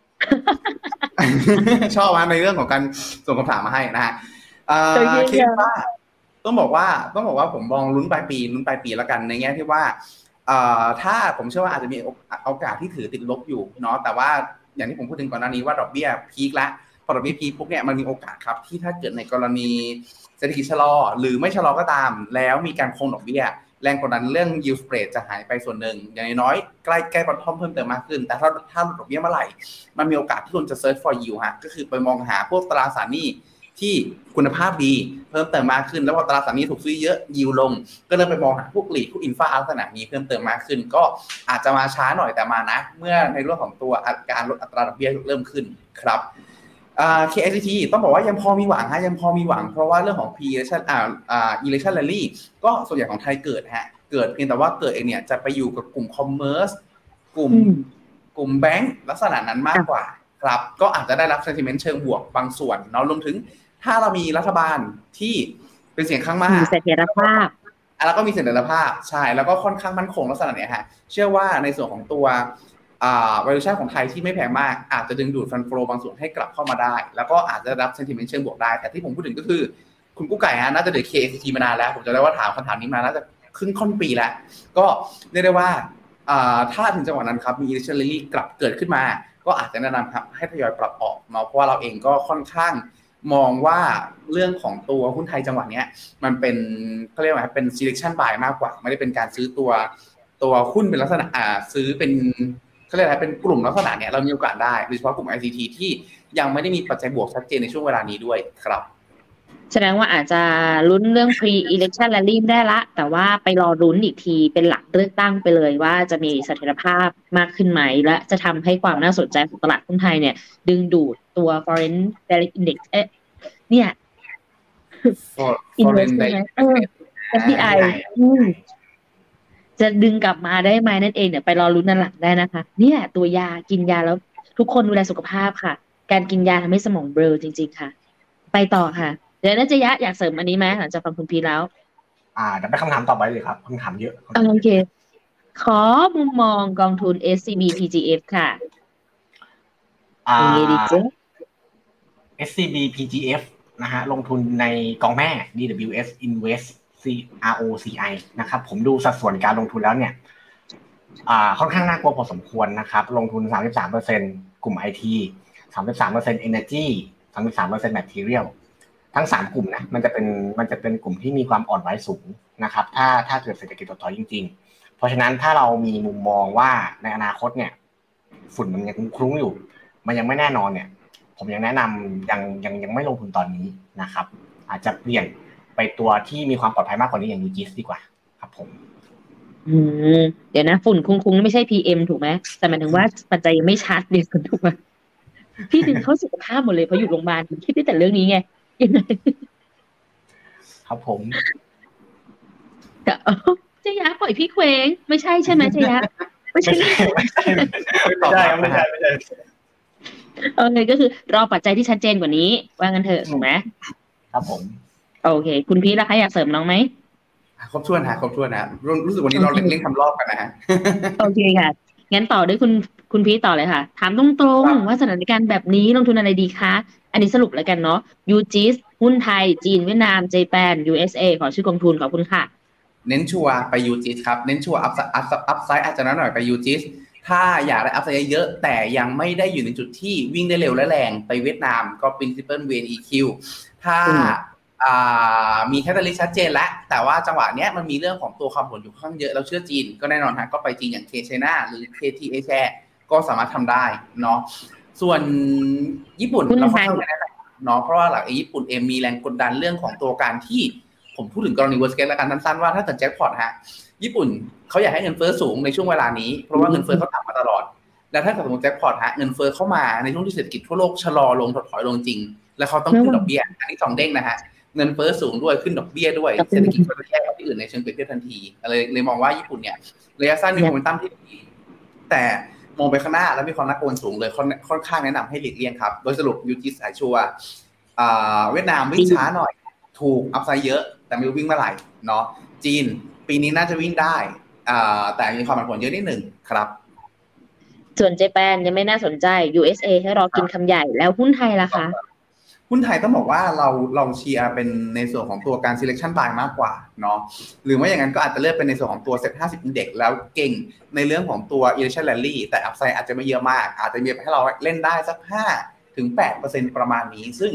ชอบมาในเรื่องของการส่งคำถามมาให้นะฮะคิดว่าต้องบอกว่าต้องบอกว่าผมมองลุ้นปลายปีลุ้นปลายปีแล้วกันในแง่ที่ว่าถ้าผมเชื่อว่าอาจจะมีโอกาสที่ถือติดลบอยู่เนาะแต่ว่าอย่างที่ผมพูดถึงก่อนหน้านี้ว่าดอกเบี้ยพีคละพอดอกเบี้ยพีคปุ๊บเนี่ยมันมีโอกาสครับที่ถ้าเกิดในกรณีเศรษฐกิจชะลอหรือไม่ชะลอก็ตามแล้วมีการคงดอกเบี้ยแรงกดดันเรื่อง yield spread จะหายไปส่วนหนึ่งอย่างน้อยใกล้ใกล้ bottom เพิ่มเติมมากขึ้นแต่ถ้าถ้าดอกเบี้ยเมื่อไหร่มันมีโอกาสที่คุณจะ search for yield ฮะก็คือไปมองหาพวกตราสารหนี้ที่คุณภาพดีเพิ่มเติมมากขึ้นแล้วพอตราสารหนี้ถูกซื้อเยอะยิวลงก็เริ่มไปมองหาพวกหลีดพวกอินฟราลักษณะนี้เพิ่มเติมมากขึ้นก็อาจจะมาช้าหน่อยแต่มานะเมื่อในเรื่องของตัวการลดอัตราดอกเบี้ยเริ่มขึ้นครับอ่า เค ไอ ซี ที ต้องบอกว่ายังพอมีหวังฮะยังพอมีหวังเพราะว่าเรื่องของ pre-election อ่าอ่า election rally ก็ส่วนใหญ่ของไทยเกิดฮะเกิดเพียงแต่ว่าเกิดเองเนี่ยจะไปอยู่กับกลุ่ม commerce กลุ่มกลุ่มแบงก์ลักษณะนั้นมากกว่าครับก็อาจจะได้รับ sentiment เชิงบวกบางส่วนเนาะรวมถึงถ้าเรามีรัฐบาลที่เป็นเสียงข้างมากมีเสถียรภาพแล้วก็มีเสถียรภาพใช่แล้วก็ค่อนข้างมั่นคงลักษณะเนี้ยฮะเชื่อว่าในส่วนของตัวอ่า valuation ของไทยที่ไม่แพงมากอาจจะดึงดูดฟันโฟลบางส่วนให้กลับเข้ามาได้แล้วก็อาจจะรับ sentiment เชิงบวกได้แต่ที่ผมพูดถึงก็คือคุณกู้ไก่ฮะน่าจะเดือด เค ไอ ซี ที มานานแล้วผมจะได้ว่าถามคำถามนี้มาน่าจะครึ่งค่อนปีแล้วก็เรียกได้ว่าอ่าถ้าถึงจังหวะนั้นครับมี election rally กลับเกิดขึ้นมาก็อาจจะแนะนำครับให้ทยอยปรับออกเนาะเพราะว่าเราเองก็ค่อนข้างมองว่าเรื่องของตัวหุ้นไทยจังหวะนี้มันเป็นเขาเรียกว่าเป็น selection buy มากกว่าไม่ได้เป็นการซื้อตัวตัวหุ้นเป็นลักษณะอ่าซื้อเป็นเขาเรียกอะไรเป็นกลุ่มลักษณะเนี้ยเรามีโอกาสได้โดยเฉพาะกลุ่ม ไอ ซี ที ที่ยังไม่ได้มีปัจจัยบวกชัดเจนในช่วงเวลานี้ด้วยครับแสดงว่าอาจจะลุ้นเรื่อง pre election rally ได้ละแต่ว่าไปรอลุ้นอีกทีเป็นหลักเลือกตั้งไปเลยว่าจะมีเสถียรภาพมากขึ้นไหมและจะทำให้ความน่าสนใจของตลาดหุ้นไทยเนี่ยดึงดูดตัว foreign direct index เอ๊ะเนี่ย investment เออ เอฟ ดี ไอ อืมจะดึงกลับมาได้ไหมนั่นเองเดี๋ยวไปรอลุ้นนั่นหลังได้นะคะเนี่ยตัวยากินยาแล้วทุกคนดูแลสุขภาพค่ะการกินยาทำให้สมองเบลอจริงๆค่ะไปต่อค่ะเดี๋ยวนัจยะอยากเสริมอันนี้ไหมหลังจากฟังคุณพีแล้วอ่าเดี๋ยวไปคำถามต่อไปเลยครับคำถามเยอะโอเคขอมุมมองกองทุน เอส ซี บี พี จี เอฟ ค่ะอ่า เอส ซี บี พี จี เอฟ นะฮะลงทุนในกองแม่ ดี ดับเบิลยู เอส Invest อาร์ โอ ซี ไอ นะครับผมดูสัดส่วนการลงทุนแล้วเนี่ยอ่าค่อนข้างน่ากลัวพอสมควรนะครับลงทุน สามสิบสามเปอร์เซ็นต์ กลุ่ม ไอ ที สามสิบสามเปอร์เซ็นต์ Energy สามสิบสามเปอร์เซ็นต์ Material ทั้งสามกลุ่มนะมันจะเป็นมันจะเป็นกลุ่มที่มีความอ่อนไหวสูงนะครับถ้าถ้าเกิดเศรษฐกิจถดถอยจริงๆเพราะฉะนั้นถ้าเรามีมุมมองว่าในอนาคตเนี่ยฝุ่นมันยังคลุ้งอยู่มันยังไม่แน่นอนเนี่ยผมยังแนะนำยังยังยังไม่ลงทุนตอนนี้นะครับอาจจะเปลี่ยนไปตัวที่มีความปลอดภัยมากกว่านี้อย่าง ยู จี ไอ เอส ดีกว่าครับผมอืมเดี๋ยวนะฝุ่นคุ้งๆไม่ใช่ พี เอ็ม ถูกไหมแต่หมายถึงว่าปัจจัยยังไม่ชัดเดี๋ยวถูกไหมพี่ดึงเข้าสุขภาพหมดเลยเพราะอยู่โรงพยาบาลคิดได้แต่เรื่องนี้ไงยังไงครับผมเจยะปล่อยพี่เคว้งไม่ใช่ใช่ไหมเจยะไม่ใช่ไม่ใช่ไม่ใช่ไม่ใช่ไม่ใช่โอเคก็คือรอปัจจัยที่ชัดเจนกว่านี้ว่างั้นเถอะถูกไหมครับผมโอเคคุณพีทล่ะคะอยากเสริมน้องไหมครบถ้วนฮะครบถ้วนนะรู้สึกวันนี้เราเล่นทำรอบกันนะฮะโอเคค่ะงั้นต่อด้วยคุณคุณพีทต่อเลยค่ะถามตรงๆว่าสถานการณ์แบบนี้ลงทุนอะไรดีคะอันนี้สรุปแล้วกันเนาะ ยู จี ไอ เอส หุ้นไทยจีนเวียดนามเจแปน ยู เอส เอ ขอชื่อกองทุนขอบคุณค่ะเน้นชัวร์ไป ยู จี ไอ เอส ครับเน้นชัวร์อัพอัพไซด์อาจจะน้อยหน่อยไป ยู จี ไอ เอส ถ้าอยากได้อัพไซด์เยอะแต่ยังไม่ได้อยู่ในจุดที่วิ่งได้เร็วและแรงไปเวียดนามก็ Principal วี เอ็น อี คิว ถ้ามีแคตตาลิสต์ชัดเจนแล้วแต่ว่าจังหวะนี้มันมีเรื่องของตัวความผลอยู่ค่อนข้างเยอะเราเชื่อจีนก็แน่นอนฮะก็ไปจีนอย่าง K China หรือ เค ที เอ Share ก็สามารถทำได้เนาะส่วนญี่ปุ่นเราเข้าใจได้เนาะเพราะว่าหลักญี่ปุ่นเองมีแรงกดดันเรื่องของตัวการที่ผมพูดถึงกรณี worst case แล้วกันสั้นๆว่าถ้าเกิดแจ็คพอตฮะญี่ปุ่นเขาอยากให้เงินเฟ้อสูงในช่วงเวลานี้เพราะว่าเงินเฟ้อเขาต่ำมาตลอดแล้วถ้าเกิดสมมติแจ็คพอตฮะเงินเฟ้อเข้ามาในช่วงที่เศรษฐกิจทั่วโลกชะลอลงถดถอยลงจริงแล้วเขาต้องขึ้นดอกเบี้ยอันนี้สองเด้งนะฮะเงินเฟ้อสูงด้วยขึ้นดอกเบี้ยด้วยเศรษฐกิจก็จะแย่กว่าที่อื่นในเชิงเปรียบเทียบทันทีเลยเลยมองว่าญี่ปุ่นเนี่ยระยะสั้นมีโมเมนตัมที่ดีแต่มองไปข้างหน้าแล้วมีความน่ากังวลสูงเลยค่อนข้างแนะนำให้หลีกเลี่ยงครับโดยสรุป ยู จี ไอ เอส สายชัวร์เวียดนามวิ่งช้าหน่อยถูกอัพไซด์เยอะแต่ไม่รู้วิ่งเมื่อไหร่เนาะจีนปีนี้น่าจะวิ่งได้แต่มีความผันผวนเยอะนิดหนึ่งครับส่วนเจแปนยังไม่น่าสนใจ ยู เอส เอ ให้รอกินคำใหญ่แล้วหุ้นไทยล่ะคะหุ้นไทยต้องบอกว่าเราเราเชียร์เป็นในส่วนของตัวการ selection buy มากกว่าเนาะหรือไม่อย่างนั้นก็อาจจะเลือกเป็นในส่วนของตัว เซ็ต ห้าสิบ Index แล้วเก่งในเรื่องของตัว election rally แต่ upside อาจจะไม่เยอะมากอาจจะมีให้เราเล่นได้สัก ห้าถึงแปดเปอร์เซ็นต์ ประมาณนี้ซึ่ง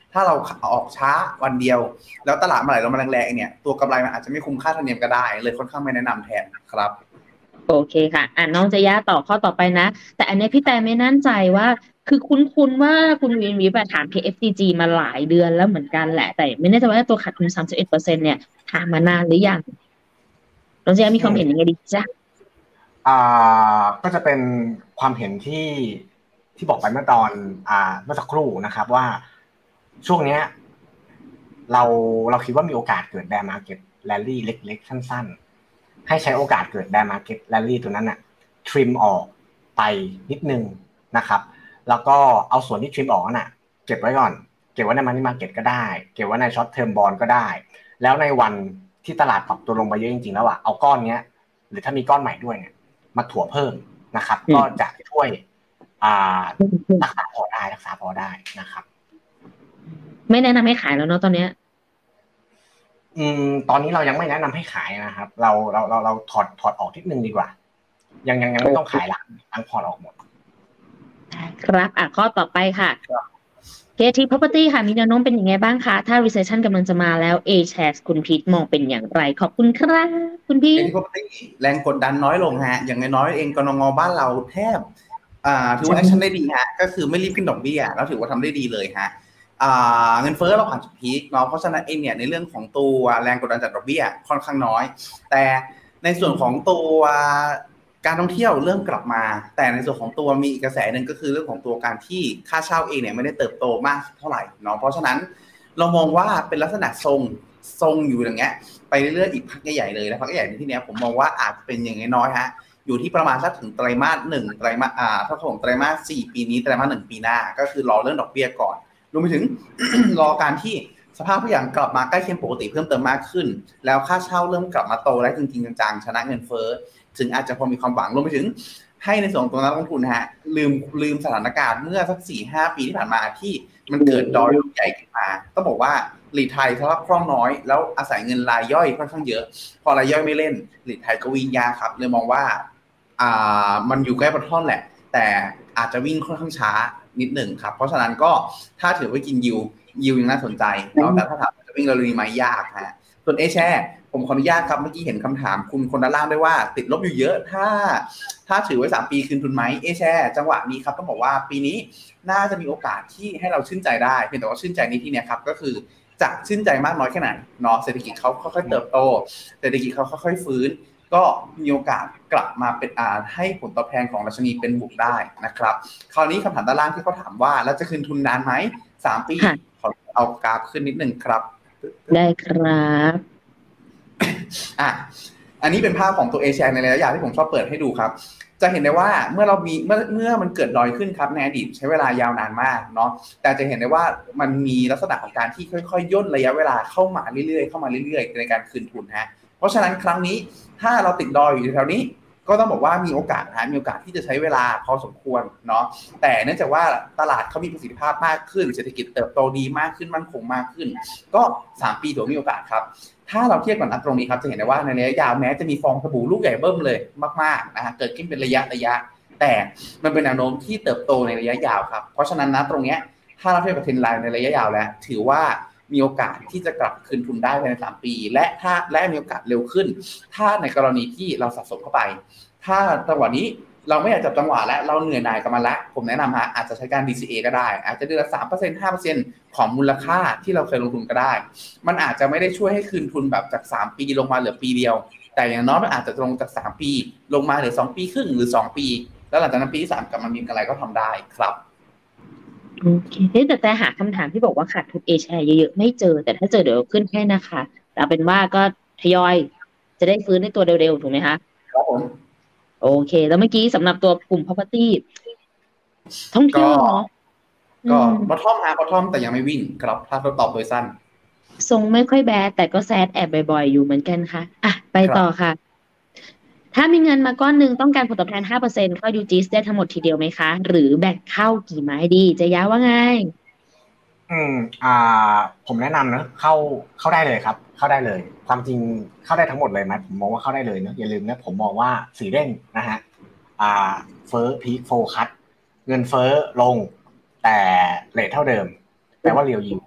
ถ้าเราออกช้าวันเดียวแล้วตลาดเมื่อไหร่เรามาแรงๆเนี่ยตัวกำไรมันอาจจะไม่คุ้มค่าธรรมเนียมก็ได้เลยค่อนข้างไม่แนะนำแทนครับโอเคค่ะอ่ะน้องจะย่าต่อข้อต่อไปนะแต่อันนี้พี่แต่ไม่แน่ใจว่าคือคุ้นๆว่าคุณวินวิแบบถาม พี เอฟ ที จี มาหลายเดือนแล้วเหมือนกันแหละแต่ไม่แน่ใจว่าตัวขาดทุน สามสิบเอ็ดเปอร์เซ็นต์ เนี่ยถามมานานหรือยังน้องจะย่ามีความเห็นยังไงดีจ๊ะอ่าก็จะเป็นความเห็นที่ที่บอกไปเมื่อตอนอ่าเมื่อสักครู่นะครับว่าช่วงเนี้ยเราเราคิดว่ามีโอกาสเกิด bear market rally เล็กๆสั้นๆให้ใช้โอกาสเกิด bear market rally ตัวนั้นน่ะ trim ออกไปนิดนึงนะครับแล้วก็เอาส่วนที่ trim ออกน่ะเก็บไว้ก่อนเก็บไว้ใน money market ก็ได้เก็บไว้ใน short term bond ก็ได้แล้วในวันที่ตลาดปรับตัวลงไปเยอะจริงๆแล้วอ่ะเอาก้อนเนี้ยหรือถ้ามีก้อนใหม่ด้วยเนี่ยมาถั่วเพิ่มนะครับก็จะช่วยอ่ารักษาพอได้รักษาพอได้นะครับไม่แนะนำให้ขายแล้วเนาะตอนเนี้ยอืมตอนนี้เรายังไม่แนะนำให้ขายนะครับเราเราเราเราถอดถอดออกนิดนึงดีกว่ายังยังยังไม่ต้องขายหลังทั้งพอร์ตออกหมดครับอ่ะข้อต่อไปค่ะ เค ที Property ค่ะมีแนวโน้มเป็นยังไงบ้างคะถ้า recession กำลังจะมาแล้ว A-Shares คุณพีทมองเป็นอย่างไรขอบคุณครับคุณพีทเค ที Property แรงกดดันน้อยลงฮะอย่างน้อยๆเองกนงบ้านเราแทบอ่าถือว่าแอคชั่นได้ดีฮะก็คือไม่รีบขึ้นดอกเบี้ยแล้วถือว่าทำได้ดีเลยฮะอ่าเงินเฟ้อเราผ่านจุดพีคเนาะเพราะฉะนั้นเองเนี่ยในเรื่องของตัวแรงกดดันจากดอกเบี้ยค่อนข้างน้อยแต่ในส่วนของตัวการท่องเที่ยวเริ่มกลับมาแต่ในส่วนของตัวมีอีกกระแสหนึ่งก็คือเรื่องของตัวการที่ค่าเช่าเองเนี่ยไม่ได้เติบโตมากเท่าไหร่เนาะเพราะฉะนั้นเรามองว่าเป็นลักษณะทรงทรงอยู่อย่างเงี้ยไปเรื่อยๆอีกพักใหญ่ๆเลยแล้วพักใหญ่ในที่นี้ผมมองว่าอาจเป็นอย่างน้อยๆฮะอยู่ที่ประมาณสักถึงไตรมาสหนึ่งไตรมาสอ่าถ้าของไตรมาสสี่ปีนี้ไตรมาสหนึ่งปีหน้าก็คือรอเรื่องดอกเบี้ยก่อนรวมไปถึง รอการที่สภาพทุกอย่างกลับมาใกล้เคียงปกติเพิ่มเติมมากขึ้นแล้วค่าเช่าเริ่มกลับมาโตได้จริงๆจังๆชนะเงินเฟ้อถึงอาจจะพอมีความหวังรวมไปถึงให้ในส่วนตัวนักลงทุนฮะลืมลืมสถานการณ์เมื่อสัก สี่ห้า ปีที่ผ่านมาที่มันเกิดดอยใหญ่ขึ้นมาต้องบอกว่าหลีดไทยสภาพคล่องน้อยแล้วอาศัยเงินรายย่อยค่อนข้างเยอะพอรายย่อยไม่เล่นหลีดไทยก็วิ่งยากครับเลยมองว่าอ่ามันอยู่ใกล้บอททอมแหละแต่อาจจะวิ่งค่อนข้างช้านิดหนึ่งครับเพราะฉะนั้นก็ถ้าถือว่ากินยิวยิวยังน่าสนใจเนาะแต่ถ้าถามจะวิ่งเร็วๆไหมยากฮะส่วนเอแชร์ผมขออนุญาตครับเมื่อกี้เห็นคำถามคุณคนด้านล่างด้วยว่าติดลบอยู่เยอะถ้าถ้าถือไว้สามปีคืนทุนไหมเอแชร์จังหวะนี้ครับต้องบอกว่าปีนี้น่าจะมีโอกาสที่ให้เราชื่นใจได้เพียงแต่ว่าชื่นใจในที่นี้ครับก็คือจะชื่นใจมากน้อยแค่ไหนเนาะเศรษฐกิจเขาค่อยๆเติบโตเศรษฐกิจเขาค่อยๆฟื้นก็มีโอกาสกลับมาเป็นอาให้ผลตอบแทนของดัชนีเป็นบวกได้นะครับคราวนี้คำถามด้านล่างที่เขาถามว่าแล้วจะคืนทุนนานไหมสามปีขอเอากราฟขึ้นนิดนึงครับได้ครับอ่ะอันนี้เป็นภาพของตัว A-share ในระยะยาวที่ผมชอบเปิดให้ดูครับจะเห็นได้ว่าเมื่อเรามีเมื่อเมื่อมันเกิดดอยขึ้นครับในอดีตใช้เวลายาวนานมากเนาะแต่จะเห็นได้ว่ามันมีลักษณะของการที่ค่อยๆย่นระยะเวลาเข้ามาเรื่อยๆเข้ามาเรื่อยๆในการคืนทุนฮะเพราะฉะนั้นครั้งนี้ถ้าเราติดดอยอยู่แถวนี้ก็ต้องบอกว่ามีโอกาสนะมีโอกาสที่จะใช้เวลาพอสมควรเนาะแต่เนื่องจากว่าตลาดเขามีประสิทธิภาพมากขึ้นเศรษฐกิจเติบโตดีมากขึ้นมั่นคงมากขึ้นก็สามปีถือมีโอกาสครับถ้าเราเทียบกับนัดตรงนี้ครับจะเห็นได้ว่าในระยะยาวแม้จะมีฟองสบู่ลูกใหญ่เบิ้มเลยมากๆนะฮะเกิดขึ้นเป็นระยะระยะแต่มันเป็นแนวโน้มที่เติบโตในระยะยาวครับเพราะฉะนั้นนะตรงนี้ถ้าเราเทียบกับเทรนด์ไลน์ในระยะยาวแล้วถือว่ามีโอกาสที่จะกลับคืนทุนได้ภายในสามปีและถ้าและมีโอกาสเร็วขึ้นถ้าในกรณีที่เราสะสมเข้าไปถ้าจังหวะนี้เราไม่อยากจับจังหวะและเราเหนื่อยหน่ายกับมันแล้วผมแนะนำฮะอาจจะใช้การ ดี ซี เอ ก็ได้อาจจะเดือนละ สามเปอร์เซ็นต์ ห้าเปอร์เซ็นต์ ของมูลค่าที่เราเคยลงทุนก็ได้มันอาจจะไม่ได้ช่วยให้คืนทุนแบบจากสามปีลงมาเหลือปีเดียวแต่อย่างน้อยมันอาจจะลงจากสามปีลงมาเหลือสองปีครึ่งหรือสองปีแล้วหลังจากนั้นปีที่สามกลับมามีกำไรก็ทำได้ครับโอเคแต่แต่หาคำถามที่บอกว่าขาดทุน A-share เยอะๆไม่เจอแต่ถ้าเจอเดี๋ยวขึ้นให้นะคะแต่เป็นว่าก็ทยอยจะได้ฟื้นในตัวเร็วๆถูกไหมคะครับผมโอเคแล้วเมื่อกี้สำหรับตัวกลุ่ม property ท่องเที่ยวเนาะก็บอททอมฮะบอททอมแต่ยังไม่วิ่งครับถ้าเราตอบโดยสั้นทรงไม่ค่อยแบดแต่ก็แซดแอบบ่อยๆอยู่เหมือนกันค่ะอ่ะไปต่อค่ะถ้ามีเงินมาก้อนหนึ่งต้องการผลตอบแทน ห้าเปอร์เซ็นต์ เข้า ยู จี ไอ เอส ได้ทั้งหมดทีเดียวไหมคะหรือแบ่งเข้ากี่ไม้ดีจะย้าว่าไงอืมอ่าผมแนะนำนะเข้าเข้าได้เลยครับเข้าได้เลยความจริงเข้าได้ทั้งหมดเลยไหมผมมองว่าเข้าได้เลยนะอย่าลืมนะผมมองว่าสีเด้งนะฮะอ่าเฟ้อพีคโฟคัสเงินเฟ้อลงแต่เรทเท่าเดิมแปลว่าเรียวยิว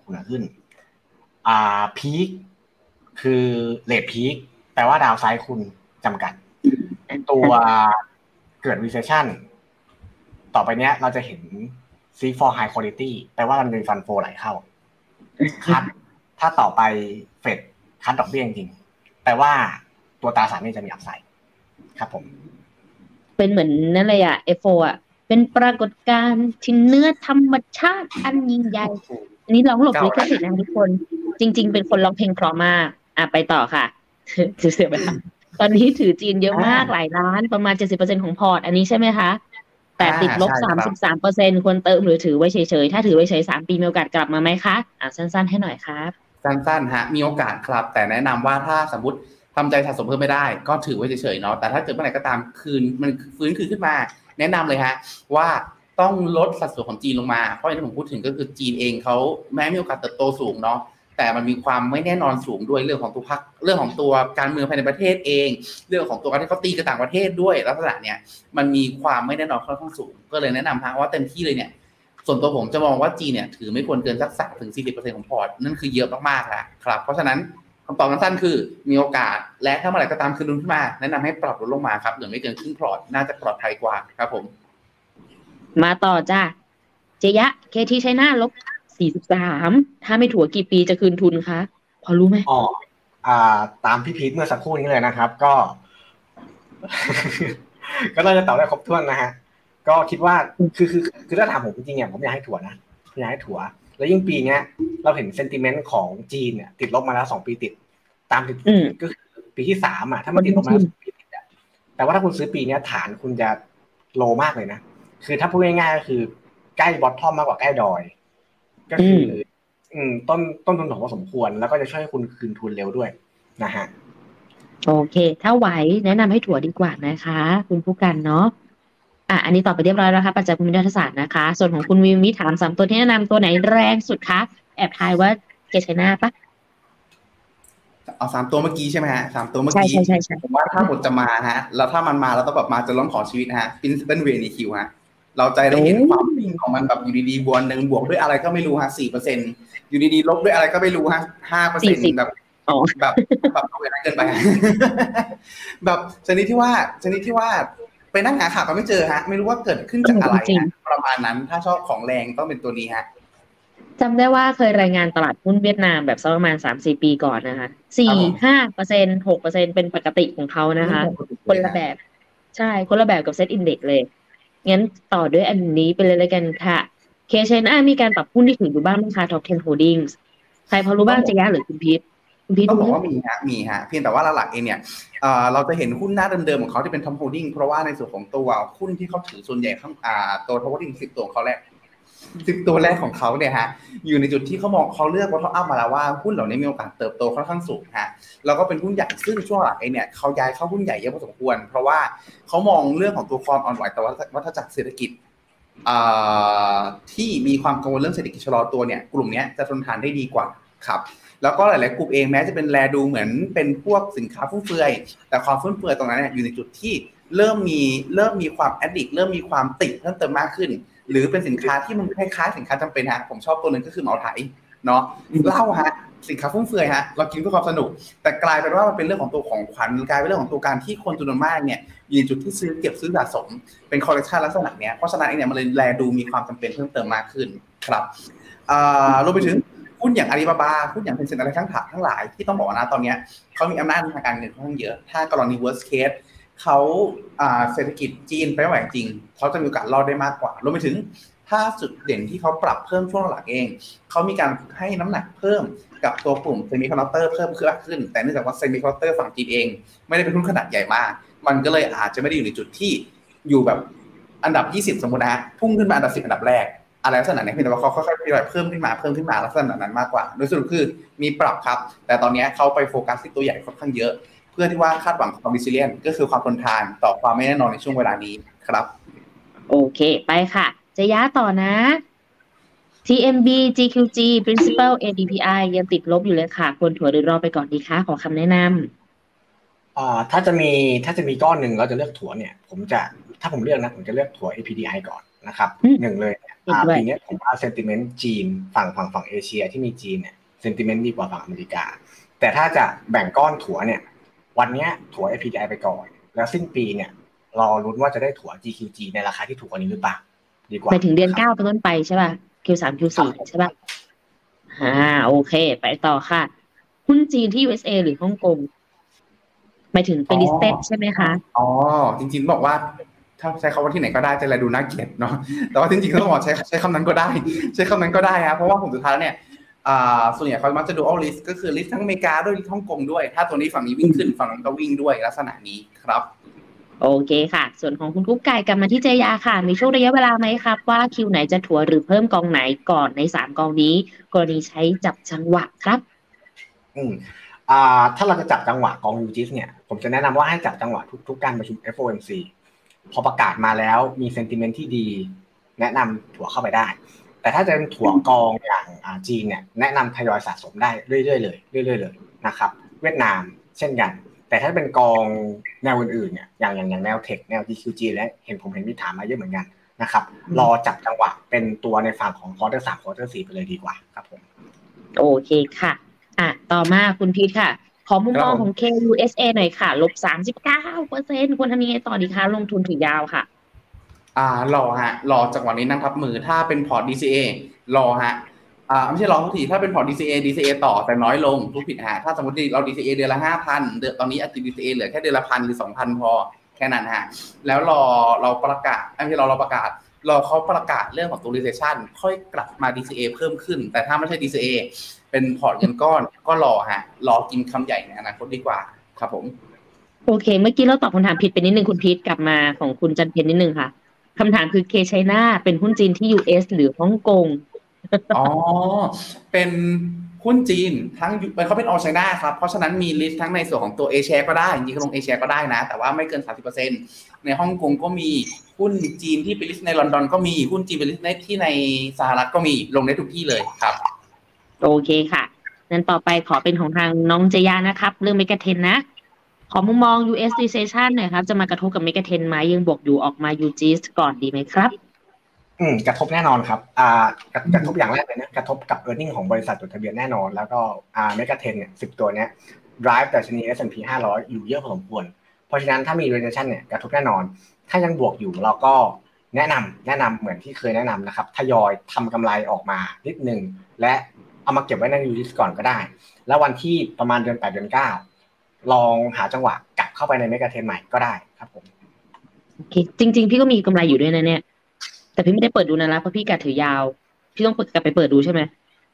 คุณขึ้นอ่าพีคคือเลทพีคแปลว่าดาวไซด์คุณจำกัดตัวเกิด recession ต่อไปเนี้ยเราจะเห็น seek for high quality แปลว่ามันมีฟันโฟไหลเข้าคัดถ้าต่อไปเฟดคัดดอกเบี้ยจริงๆแปลว่าตัวตราสารนี้จะมีอัพไซด์ครับผมเป็นเหมือนนั่นเลยอ่ะ เอฟ โอ อ่ะเป็นปรากฏการณ์ที่เนื้อธรรมชาติอันยิ่งใหญ่อันนี้ร้องหลบลิขสิทธิ์นะทุกคนจริงๆเป็นคนร้องเพลงเพราะมากอ่ะไปต่อค่ะถือเสียไปค่ะตอนนี้ถือจีนเยอะมากหลายล้านประมาณ เจ็ดสิบเปอร์เซ็นต์ ของพอร์ตอันนี้ใช่ไหมคะแต่ติดลบ สามสิบสามเปอร์เซ็นต์ ควรเติมหรือถือไว้เฉยๆถ้าถือไว้เฉยสามปีมีโอกาสกลับมาไหมคะอ่ะสั้นๆให้หน่อยครับสั้นๆฮะมีโอกาสครับแต่แนะนำว่าถ้าสมมติทำใจสะสมเพิ่มไม่ได้ก็ถือไว้เฉยๆเนาะแต่ถ้าเกิดเมื่อไหร่ก็ตามคืนมันฟื้นคืนขึ้นมาแนะนำเลยฮะว่าต้องลดสัดส่วนของจีนลงมาเพราะอย่างที่ผมพูดถึงก็คือจีนเองเขาแม้มีโอกาสเติบโตสูงเนาะแต่มันมีความไม่แน่นอนสูงด้วยเรื่องของตัวพรรคเรื่องของตัวการเมืองภายในประเทศเองเรื่องของตัวการที่เขาตีกับต่างประเทศด้วยลักษณะเนี้ยมันมีความไม่แน่นอนค่อนข้างสูงก็เลยแนะนำฮะว่าเต็มที่เลยเนี่ยส่วนตัวผมจะมองว่าจีนเนี่ยถือไม่ควรเกินสัก สามถึงสี่สิบเปอร์เซ็นต์ ของพอร์ตนั่นคือเยอะมากๆแล้วครับเพราะฉะนั้นคำตอบสั้นๆคือมีโอกาสและถ้าเมื่อไหร่ก็ตามคืนขึ้นมาแนะนำให้ปรับลดลงมาครับเหลือไม่เกินครึ่งพอร์ตน่าจะปลอดภัยกว่าครับผมมาต่อจ้าเจยะ เค ที China ลบสี่สิบสามถ้าไม่ถั่วกี่ปีจะคืนทุนคะพอรู้ไหมอ๋ออ่าตามพี่พีทเมื่อสักครู่นี้เลยนะครับก็ก็น่าจะตอบได้ครบถ้วนนะฮะก็คิดว่าคือคือคือถ้าถามผมจริงๆเนี่ยผมอยากให้ถั่วนะอยากให้ถั่วแล้วยิ่งปีนี้เราเห็นเซนติเมนต์ของจีนเนี่ยติดลบมาแล้วสองปีติดตามติดก็คือปีที่สามอ่ะถ้ามันติดลบมาแล้วสองปีติดอ่ะแต่ว่าถ้าคุณซื้อปีนี้ฐานคุณจะโลมากเลยนะคือถ้าพูดง่ายๆก็คือใกล้บอททอมมากกว่าใกล้ดอยก็คืออืมต้นต้นทุนของพอสมควรแล้วก็จะช่วยให้คุณคืนทุนเร็วด้วยนะฮะโอเคถ้าไหวแนะนำให้ถั่วดีกว่านะคะคุณผู้กันเนาะอ่ะอันนี้ตอบไปเรียบร้อยแล้วค่ะปัจจัยภูมิรัฐศาสตร์นะคะส่วนของคุณวิวมิถามสามตัวที่แนะนำตัวไหนแรงสุดคะแอบทายว่าเจไชน่าปะเอาสามตัวเมื่อกี้ใช่ไหมฮะสามตัวเมื่อกี้ผมว่าถ้าหมดจะมาฮะแล้วถ้ามันมาแล้วต้องแบบมาจะล้มขอชีวิตฮะปินเป็นเวนิคิวฮะเราใจได้เห็นความจริงของมันแบบอยู่ดีๆบวกหนึ่งบวกด้วยอะไรก็ไม่รู้ฮะสี่เปอร์เซ็นต์อยู่ดีๆลบด้วยอะไรก็ไม่รู้ฮะห้าเปอร์เซ็นต์แบบแบบแบบเอาเวลาเกินไปแบบชนิดที่ว่าชนิดที่ว่าไปนั่งหาข่าวก็ไม่เจอฮะไม่รู้ว่าเกิดขึ้นจากอะไรประมาณนั้นถ้าชอบของแรงต้องเป็นตัวนี้ฮะจำได้ว่าเคยรายงานตลาดหุ้นเวียดนามแบบสักประมาณ สามถึงสี่ ปีก่อนนะคะ สี่ ห้าเปอร์เซ็นต์ หกเปอร์เซ็นต์ เป็นปกติของเขานะคะคนละแบบใช่คนละแบบกับเซ็ตอินเด็กซ์เลยงั้นต่อด้วยอันนี้ไปเลยแล้วกันค่ะ K China มีการปรับหุ้นที่ถืออยู่บ้างมั้ยคะ Top สิบ Holdings ใครพอรู้บ้างจะยะหรือคุณพีทคุณพีทต้องบอกว่ามีฮะมีฮะเพียงแต่ว่าหลักๆเองเนี่ยเอ่อเราจะเห็นหุ้นหน้าเดิมๆของเขาที่เป็น Top Holding เพราะว่าในส่วนของตัวหุ้นที่เขาถือส่วนใหญ่ข้างอ่าตัว Top Holding สิบตัวของเขาแรกสิบตัวแรกของเขาเนี่ยฮะอยู่ในจุดที่เขามองเขาเลือกว่าเขาอัพมาแล้วว่าหุ้นเหล่านี้มีโอกาสเติบโตค่อนข้างสูงฮะแล้วก็เป็นหุ้นใหญ่ซึ่งช่วงหลังไอ้เนี่ยเขาย้ายเข้าหุ้นใหญ่เยอะพอสมควรเพราะว่าเขามองเรื่องของตัวความอ่อนไหวต่อวัฏจักรเศรษฐกิจที่มีความกังวลเรื่องเศรษฐกิจชะลอตัวเนี่ยกลุ่มนี้จะทนทานได้ดีกว่าครับแล้วก็หลายๆกลุ่มเองแม้จะเป็นแลดูเหมือนเป็นพวกสินค้าฟุ่มเฟือยแต่ความฟุ่มเฟือยตรงนั้นเนี่ยอยู่ในจุดที่เริ่มมีเริ่มมีความแอดดิกเริ่มมีความติดเพิ่มเติมมากขึ้นหรือเป็นสินค้าที่มันคล้ายๆสินค้าจำเป็นฮะผมชอบตัวนึงก็คือเหมาไถเนาะเหล้าฮะสินค้าฟุ่มเฟือยฮะเรากินเพื่อความสนุกแต่กลายเป็นว่ามันเป็นเรื่องของตัวของขวัญกลายเป็นเรื่องของตัวการที่คนจำนวนมากเนี่ยอยู่ในจุดที่ซื้อเก็บซื้อสะสมเป็นคอลเลคชันลักษณะเนี้ยเพราะฉะนั้นเนี่ยมันเลยแลดูมีความจำเป็นเพิ่มเติมมากขึ้นครับอ่ารวมไปถึงหุ้นอย่างอาลีบาบาหุ้นอย่างเทนเซ็นต์อะไรทั้งถาทั้งหลายที่ต้องบอกนะตอนนี้เขามีอำนาจทางการเงินค่อนข้างเยอะถ้ากรณี worst case เขาเศรษฐกิจจีนไปไม่ไหวจริงเขาจะมีโอกาสรอดได้มากกว่ารวมไปถึงถ้าจุดเด่นที่เขาปรับเพิ่มช่วงหลังเองเขามีการให้น้ำหนักเพิ่มกับตัวกลุ่มเซมิคอนดักเตอร์เพิ่มขึ้นแต่เนื่องจากว่าเซมิคอนดักเตอร์ฝั่งจีนเองไม่ได้เป็นหุ้นขนาดใหญ่มากมันก็เลยอาจจะไม่ได้อยู่ในจุดที่อยู่แบบอันดับยี่สิบสมมุตินะพุ่งขึ้นมาอันดับสิบอันดับแรกอะไรลักษณะนี้เพียงแต่ว่าเขาค่อยๆทยอยเพิ่มขึ้นมาเพิ่มขึ้นมาลักษณะนั้นมากกว่าโดยสรุปคือมีปรับครับแต่ตอนนี้เขาไปโฟกัสที่ตัวใหญ่ค่อนข้างเยอะเพื่อที่ว่าคาดหวังความ resilient ก็คือความทนทานต่อความไม่แน่นอนในช่วงเวลานี้ครับโอเคไปค่ะจะย้าต่อนะ ที เอ็ม บี จี คิว จี Principal เอ ดี พี ไอ ยังติดลบอยู่เลยค่ะควรถั่วหรือรอไปก่อนดีคะขอคำแนะนำอ่าถ้าจะมีถ้าจะมีก้อนหนึ่งเราจะเลือกถั่วเนี่ยผมจะถ้าผมเลือกนะผมจะเลือกถั่ว เอ พี ดี ไอ ก่อนนะครับหนึ่งเลยปีนี้ผมว่าเซนติเมนต์จีนฝั่งฝั่งฝั่งเอเชียที่มีจีนเนี่ยเซนติเมนต์ดีกว่าฝั่งอเมริกาแต่ถ้าจะแบ่งก้อนถั่วเนี่ยวันนี้ถั่ว เอ พี ดี ไอ ไปก่อนแล้วสิ้นปีเนี่ยรอลุ้นว่าจะได้ถั่ว จี คิว จี ในราคาที่ถูกกว่านี้หรือเปล่าดีกว่าไปถึงเดือนเก้าเป็นต้นไปใช่ป่ะ คิว สาม คิว สี่ ใช่ป่ะอ่าโอเคไปต่อค่ะหุ้นจีนที่ ยู เอส เอ หรือฮ่องกงหมายถึงเป็น listed ใช่ไหมคะอ๋อจริงๆบอกว่าถ้าใช้คำว่าที่ไหนก็ได้จะอะไรดูน่าเกลียดเนาะแต่ว่าจริงๆต้องบอกใช้ใช้คำนั้นก็ได้ใช้คำนั้นก็ได้ครับเพราะว่าผมสุดท้ายเนี่ยอ่าส่วนใหญ่เขามักจะ dual list ก็คือ list ทั้งอเมริกาด้วย list ฮ่องกงด้วยถ้าตัวนี้ฝั่งนี้วิ่งขึ้นฝั่งนั้นก็วิ่งด้วยลักษณะนี้ครับโอเคค่ะส่วนของคุณกุ๊กไก่กลับมาที่เจยาค่ะมีช่วงระยะเวลาไหมครับว่าคิวไหนจะถัวหรือเพิ่มกองไหนก่อนในสามกองนี้กรณีใช้จับจังหวะครับอืมอ่าถ้าเราจะจับจังหวะกอง ยู จี ไอ เอส เนี่ยผมจะแนะนำว่าให้จับจังหวะทุกทุกการประชุม เอฟ โอ เอ็ม ซี พอประกาศมาแล้วมีเซนติเมนต์ที่ดีแนะนำถัวเข้าไปได้แต่ถ้าจะเป็นถัวกองอย่างอ่าจีนเนี่ยแนะนำทยอยสะสมได้เรื่อยๆเลยเรื่อยๆเลยนะครับเวียดนามเช่นกันแต่ถ้าเป็นกองแนวอื่นๆเนี่ยอย่างอย่างอย่างแนวเทคแนว ดี คิว จี และเห็นผมเห็นมีถามมาเยอะเหมือนกันนะครับรอจับจังหวะเป็นตัวในฝั่งของควอเตอร์สามควอเตอร์สี่ไปเลยดีกว่าครับผมโอเคค่ะอ่ะต่อมาคุณพีทค่ะขอมุมมองของ เค ยู เอส เอ หน่อยค่ะลบ สามสิบเก้าเปอร์เซ็นต์ ควรทำยังไงต่อดีคะลงทุนถือยาวค่ะอ่ารอฮะรอจังหวะนี้นั่งทับมือถ้าเป็นพอร์ต ดี ซี เอ รอฮะอ่าไม่ใช่รอทุกทีถ้าเป็นพอร์ต ดี ซี เอ ดี ซี เอ ต่อแต่น้อยลงทุกผิดฮะถ้าสมมติเรา ดี ซี เอ เดือนละ ห้าพัน เดือนตอนนี้อาจจะ ดี ซี เอ เหลือแค่เดือนละ หนึ่งพัน หรือ สองพัน พอแค่นั้นฮะแล้วรอเราประกาศไม่ใช่เราเราประกาศรอเขาประกาศเรื่องของตัว recession ค่อยกลับมา ดี ซี เอ เพิ่มขึ้นแต่ถ้าไม่ใช่ ดี ซี เอ เป็นพอร์ตเงินก้อนก็รอฮะรอกินคำใหญ่ในอนาคตดีกว่าครับผมโอเคเมื่อกี้เราตอบคำถามผิดไปนิดนึงคุณพีทกลับมาของคุณจันเพ็ญนิดนึงค่ะคำถามคือ K China เป็นหุ้นจีนที่ ยู เอส หรือฮ่องกงอ๋อเป็นหุ้นจีนทั้งเขาเป็น all China ครับเพราะฉะนั้นมีลิสต์ทั้งในส่วนของตัว A share ก็ได้จริงๆลง A share ก็ได้นะแต่ว่าไม่เกิน สามสิบเปอร์เซ็นต์ ในฮ่องกงก็มีหุ้นจีนที่เป็นลิสต์ในลอนดอนก็มีหุ้นจีนเป็นลิสต์ในที่ในสหรัฐก็มีลงได้ทุกที่เลยครับโอเคค่ะงั้นต่อไปขอเป็นของทางน้องเจยานะครับเรื่องเมกะเทรนด์นะขอมุมมอง ยู เอส recession หน่อยครับจะมากระทบกับเมกะเทรนด์ไหมยังบวกอยู่ออกมา ยู จี ไอ ก่อนดีไหมครับอืมกระทบแน่นอนครับอ่ากระทบอย่างแรกเลยนะกระทบกับ earning ของบริษัทจดทะเบียนแน่นอนแล้วก็อ่าเมกะเทรนด์เนี่ยสิบตัวเนี้ย drive ดัชนี เอส แอนด์ พี ห้าร้อยอยู่เยอะพอสมควรเพราะฉะนั้นถ้ามี recession เนี่ยกระทบแน่นอนถ้ายังบวกอยู่เราก็แนะนำแนะนำเหมือนที่เคยแนะนำนะครับทยอยทำกำไรออกมานิดนึงและเอามาเก็บไว้ใน ยู ที ก่อนก็ได้แล้ววันที่ประมาณเดือนแปดเดือนเก้าลองหาจังหวะกลับเข้าไปในเมกะเทรนด์ใหม่ก็ได้ครับผมโอเคจริงๆพี่ก็มีกำไรอยู่ด้วยนะเนี่ยแต่พี่ไม่ได้เปิดดูนะเพราะพี่กัดถือยาวพี่ต้องกลับไปเปิดดูใช่ไหม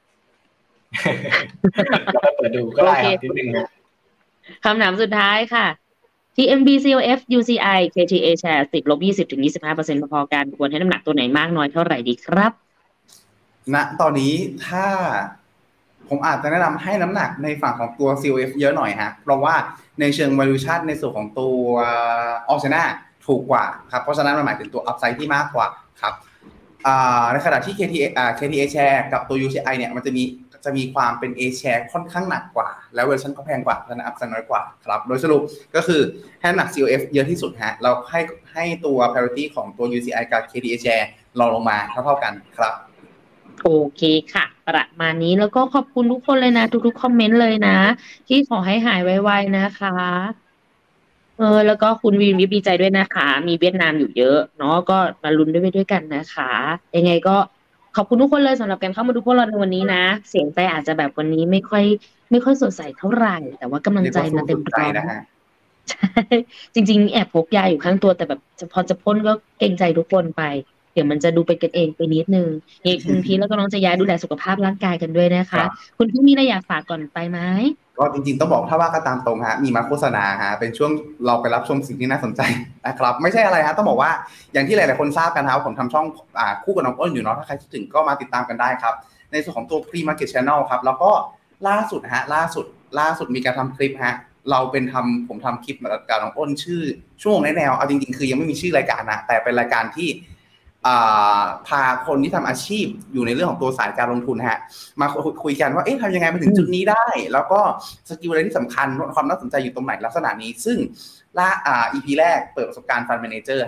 กลับไปเปิดดูก็ได้ครับนิดนึงนะคำถามสุดท้ายค่ะ ที เอ็ม บี ซี โอ เอฟ ยู ซี ไอ เค ที เอ Share ติดลบ ยี่สิบถึงยี่สิบห้าเปอร์เซ็นต์ พอๆกันควรให้น้ำหนักตัวไหนมากน้อยเท่าไหร่ดีครับณตอนนี้ถ้าผมอาจจะแนะนำให้น้ำหนักในฝั่งของตัว ซี โอ เอฟ เยอะหน่อยฮะเพราะว่าในเชิง valuation ในส่วนของตัว All China ถูกกว่าครับเพราะฉะนั้นมันหมายถึงตัว upside ที่มากกว่าครับในขณะที่ เค ที เอ อ่า เค ที เอ Share กับตัว ยู ซี ไอ เนี่ยมันจะมีจะมีความเป็น A share ค่อนข้างหนักกว่าแล้ว valuation ก็แพงกว่าและ upside น้อยกว่าครับโดยสรุปก็คือให้น้ำหนัก ซี โอ เอฟ เยอะที่สุดฮะเราให้ให้ตัว parity ของตัว ยู ซี ไอ กับ เค ที เอ Share รอลงมาเท่าๆกันครับโอเคค่ะประมาณนี้แล้วก็ขอบคุณทุกคนเลยนะทุกๆคอมเมนต์เลยนะที่ขอให้หายไวๆนะคะเออแล้วก็คุณวีนวิบดีใจด้วยนะคะมีเวียดนามอยู่เยอะเนาะก็มาลุ้นด้วยด้วยกันนะคะยังไงก็ขอบคุณทุกคนเลยสำหรับการเข้ามาดูพวกเราในวันนี้นะเสียงใจอาจจะแบบวันนี้ไม่ค่อยไม่ค่อยสดใสเท่าไหร่แต่ว่ากำลังใจมาเต็มร้อยใช่จริงๆแอบพกยาอยู่ข้างตัวแต่แบบพอจะพ่นก็เกรงใจทุกคนไปเดี๋ยวมันจะดูเป็นกันเองไปนิดนึงเฮ้คุณพี่แล้วก็น้องจะย้ายดูแลสุขภาพร่างกายกันด้วยนะคะคุณพี่มีอะไรอยากฝากก่อนไปไหมก็จริงๆต้องบอกถ้าว่าก็ตามตรงฮะมีมาโฆษณาฮะเป็นช่วงเราไปรับชมสิ่งที่น่าสนใจนะครับไม่ใช่อะไรฮะต้องบอกว่าอย่างที่หลายๆคนทราบกันครับผมทำช่องอ่าคู่กับน้องอ้นอยู่เนาะถ้าใครคิดถึงก็มาติดตามกันได้ครับในส่วนของตัว Pre Market Channel ครับแล้วก็ล่าสุดฮะล่าสุดล่าสุดมีการทำคลิปฮะเราเป็นทำผมทำคลิปกับน้องอ้นชื่อชั่วโมงแนวเอาจริงๆคือยังไม่มีชื่อรายการนะแต่เป็นรายการที่พาคนที่ทำอาชีพอยู่ในเรื่องของตัวสายการลงทุนฮะมาคุยกันว่าเอ๊ะทำยังไงมาถึงจุดนี้ได้แล้วก็สกิลอะไรที่สำคัญความน่าสนใจอยู่ตรงไหนลักษณะนี้ซึ่งล่าอ่า อี พี แรกเปิดประสบการณ์ฟันแมเนเจอร์ฮะ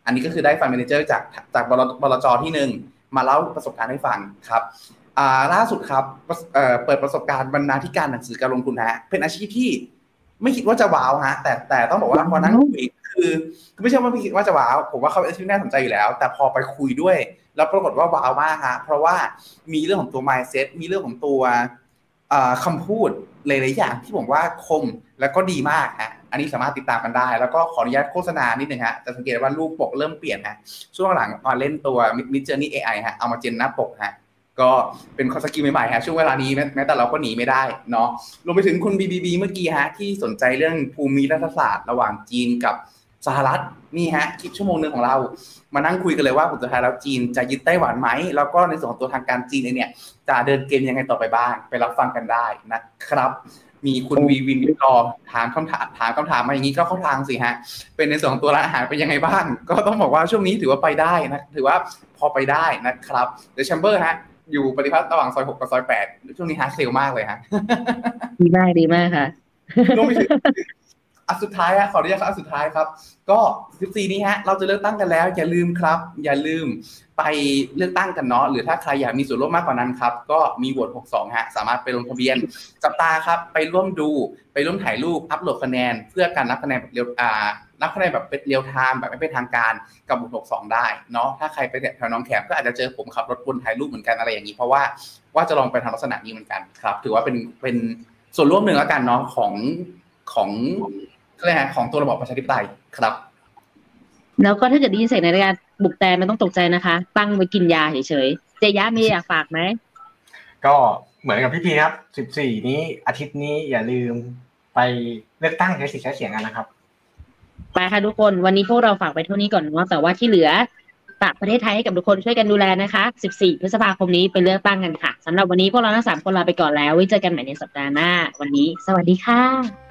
อันนี้ก็คือได้ฟันแมเนเจอร์จากจากบลจ.ที่หนึ่งมาเล่าประสบการณ์ให้ฟังครับอ่าล่าสุดครับเอ่อเปิดประสบการณ์บรรณาธิการหนังสือการลงทุนฮะเป็นอาชีพที่ไม่คิดว่าจะว้าวฮะแต่แต่ต้องบอกว่าพอนั่งคุยคือคือไม่ใช่ว่าไม่คิดว่าจะว้าวผมว่าเขาเป็นอาชีพน่าสนใจอยู่แล้วแต่พอไปคุยด้วยแล้วปรากฏว่าว้าวมากฮะเพราะว่ามีเรื่องของตัว mindset มีเรื่องของตัวคำพูดหลายๆอย่างที่ผมว่าคมแล้วก็ดีมากฮะอันนี้สามารถติดตามกันได้แล้วก็ขออนุญาตโฆษณานิดนึงฮะจะสังเกตว่ารูปปกเริ่มเปลี่ยนฮะช่วงหลังมาเล่นตัว Midjourney เอ ไอ ฮะเอามาเจนหน้าปกฮะก็เป็นคอนสกิลใหม่ๆฮะช่วงเวลานี้แม้แต่เราก็หนีไม่ได้เนาะรวมไปถึงคุณ บี บี บี เมื่อกี้ฮะที่สนใจเรื่องภูมิรัฐศาสตร์ระหว่างจีนกับสหรัฐนี่ฮะคลิปชั่วโมงนึงของเรามานั่งคุยกันเลยว่าผลสุดท้ายแล้วจีนจะยึดไต้หวันไหมแล้วก็ในส่วนของตัวทางการจีนเนี่ยจะเดินเกมยังไงต่อไปบ้างไปรับฟังกันได้นะครับมีคุณวีวินวิกรถามคำถามถามคำถามมาอย่างนี้ก็เข้าทางสิฮะเป็นในส่วนของตัวร้านอาหารเป็นยังไงบ้างก็ต้องบอกว่าช่วงนี้ถือว่าไปได้นะถือว่าพอไปได้นะครับเดอะแชมเบอร์ฮะอยู่ปฏิพัฒน์ระหว่างซอยหกกับซอยแปดช่วงนี้ฮาร์ดเซลมากเลยฮะดีมากดีมากค่ะรวมไปถึงอันสุดท้ายฮะขออนุญาตอันสุดท้ายครับก็สิบสี่นี้ฮะเราจะเลือกตั้งกันแล้วอย่าลืมครับอย่าลืมไปเลือกตั้งกันเนาะหรือถ้าใครอยากมีส่วนร่วมมากกว่านั้นครับก็มีโหวตหกสิบสองฮะสามารถไปลงทะเบียนจับตาครับไปร่วมดูไปร่วมถ่ายรูปอัปโหลดคะแนนเพื่อการนับคะแนนแบบเร็วอ่านับคะแนนแบบเป็นเรียลไทม์แบบไม่เป็นทางการกับโหวตหกสิบสองได้เนาะถ้าใครไปแถวน้องแขมก็อาจจะเจอผมขับรถวนถ่ายรูปเหมือนกันอะไรอย่างนี้เพราะว่าว่าจะลองไปทำลักษณะนี้เหมือนกันครับถือว่าเป็นเป็นส่วนร่วมหนึ่งแล้วกันเนาะของของอะไรฮะของตัวระบอบประชาธิปไตยครับแล้วก็ถ้าเกิดได้ยินเสียงในรายการบุกแตนไม่ต้องตกใจนะคะตั้งไว้กินยาเฉยๆเจย่ามีอยากฝากไหมก็เหมือนกับพี่พีครับสิบสี่นี้อาทิตย์นี้อย่าลืมไปเลือกตั้งใช้สิทธิ์ใช้เสียงกันนะครับไปค่ะทุกคนวันนี้พวกเราฝากไปเท่านี้ก่อนเนาะแต่ว่าที่เหลือฝากประเทศไทยให้กับทุกคนช่วยกันดูแลนะคะสิบสี่พฤษภาคมนี้ไปเลือกตั้งกันค่ะสำหรับวันนี้พวกเราทั้งสามคนลาไปก่อนแล้วไว้เจอกันใหม่ในสัปดาห์หน้าวันนี้สวัสดีค่ะ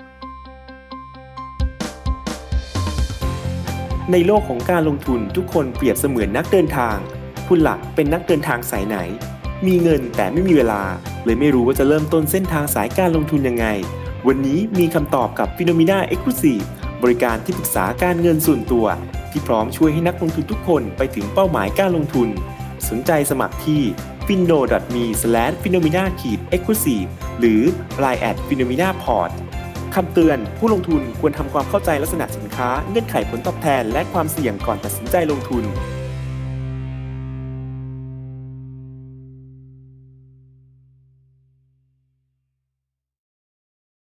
ในโลกของการลงทุนทุกคนเปรียบเสมือนนักเดินทางคุณหลักเป็นนักเดินทางสายไหนมีเงินแต่ไม่มีเวลาเลยไม่รู้ว่าจะเริ่มต้นเส้นทางสายการลงทุนยังไงวันนี้มีคำตอบกับ Phenomena Exclusive บริการที่ปรึกษาการเงินส่วนตัวที่พร้อมช่วยให้นักลงทุนทุกคนไปถึงเป้าหมายการลงทุนสนใจสมัครที่ ฟินโน ดอท มี สแลช ฟีโนมีนา เอ็กซ์คลูซีฟ หรือ ไลน์ แอท ฟีโนมีนาพอร์ตคำเตือนผู้ลงทุนควรทำความเข้าใจลักษณะสินค้าเงื่อนไขผลตอบแทนและความเสี่ยงก่อนตัดสินใจลงทุน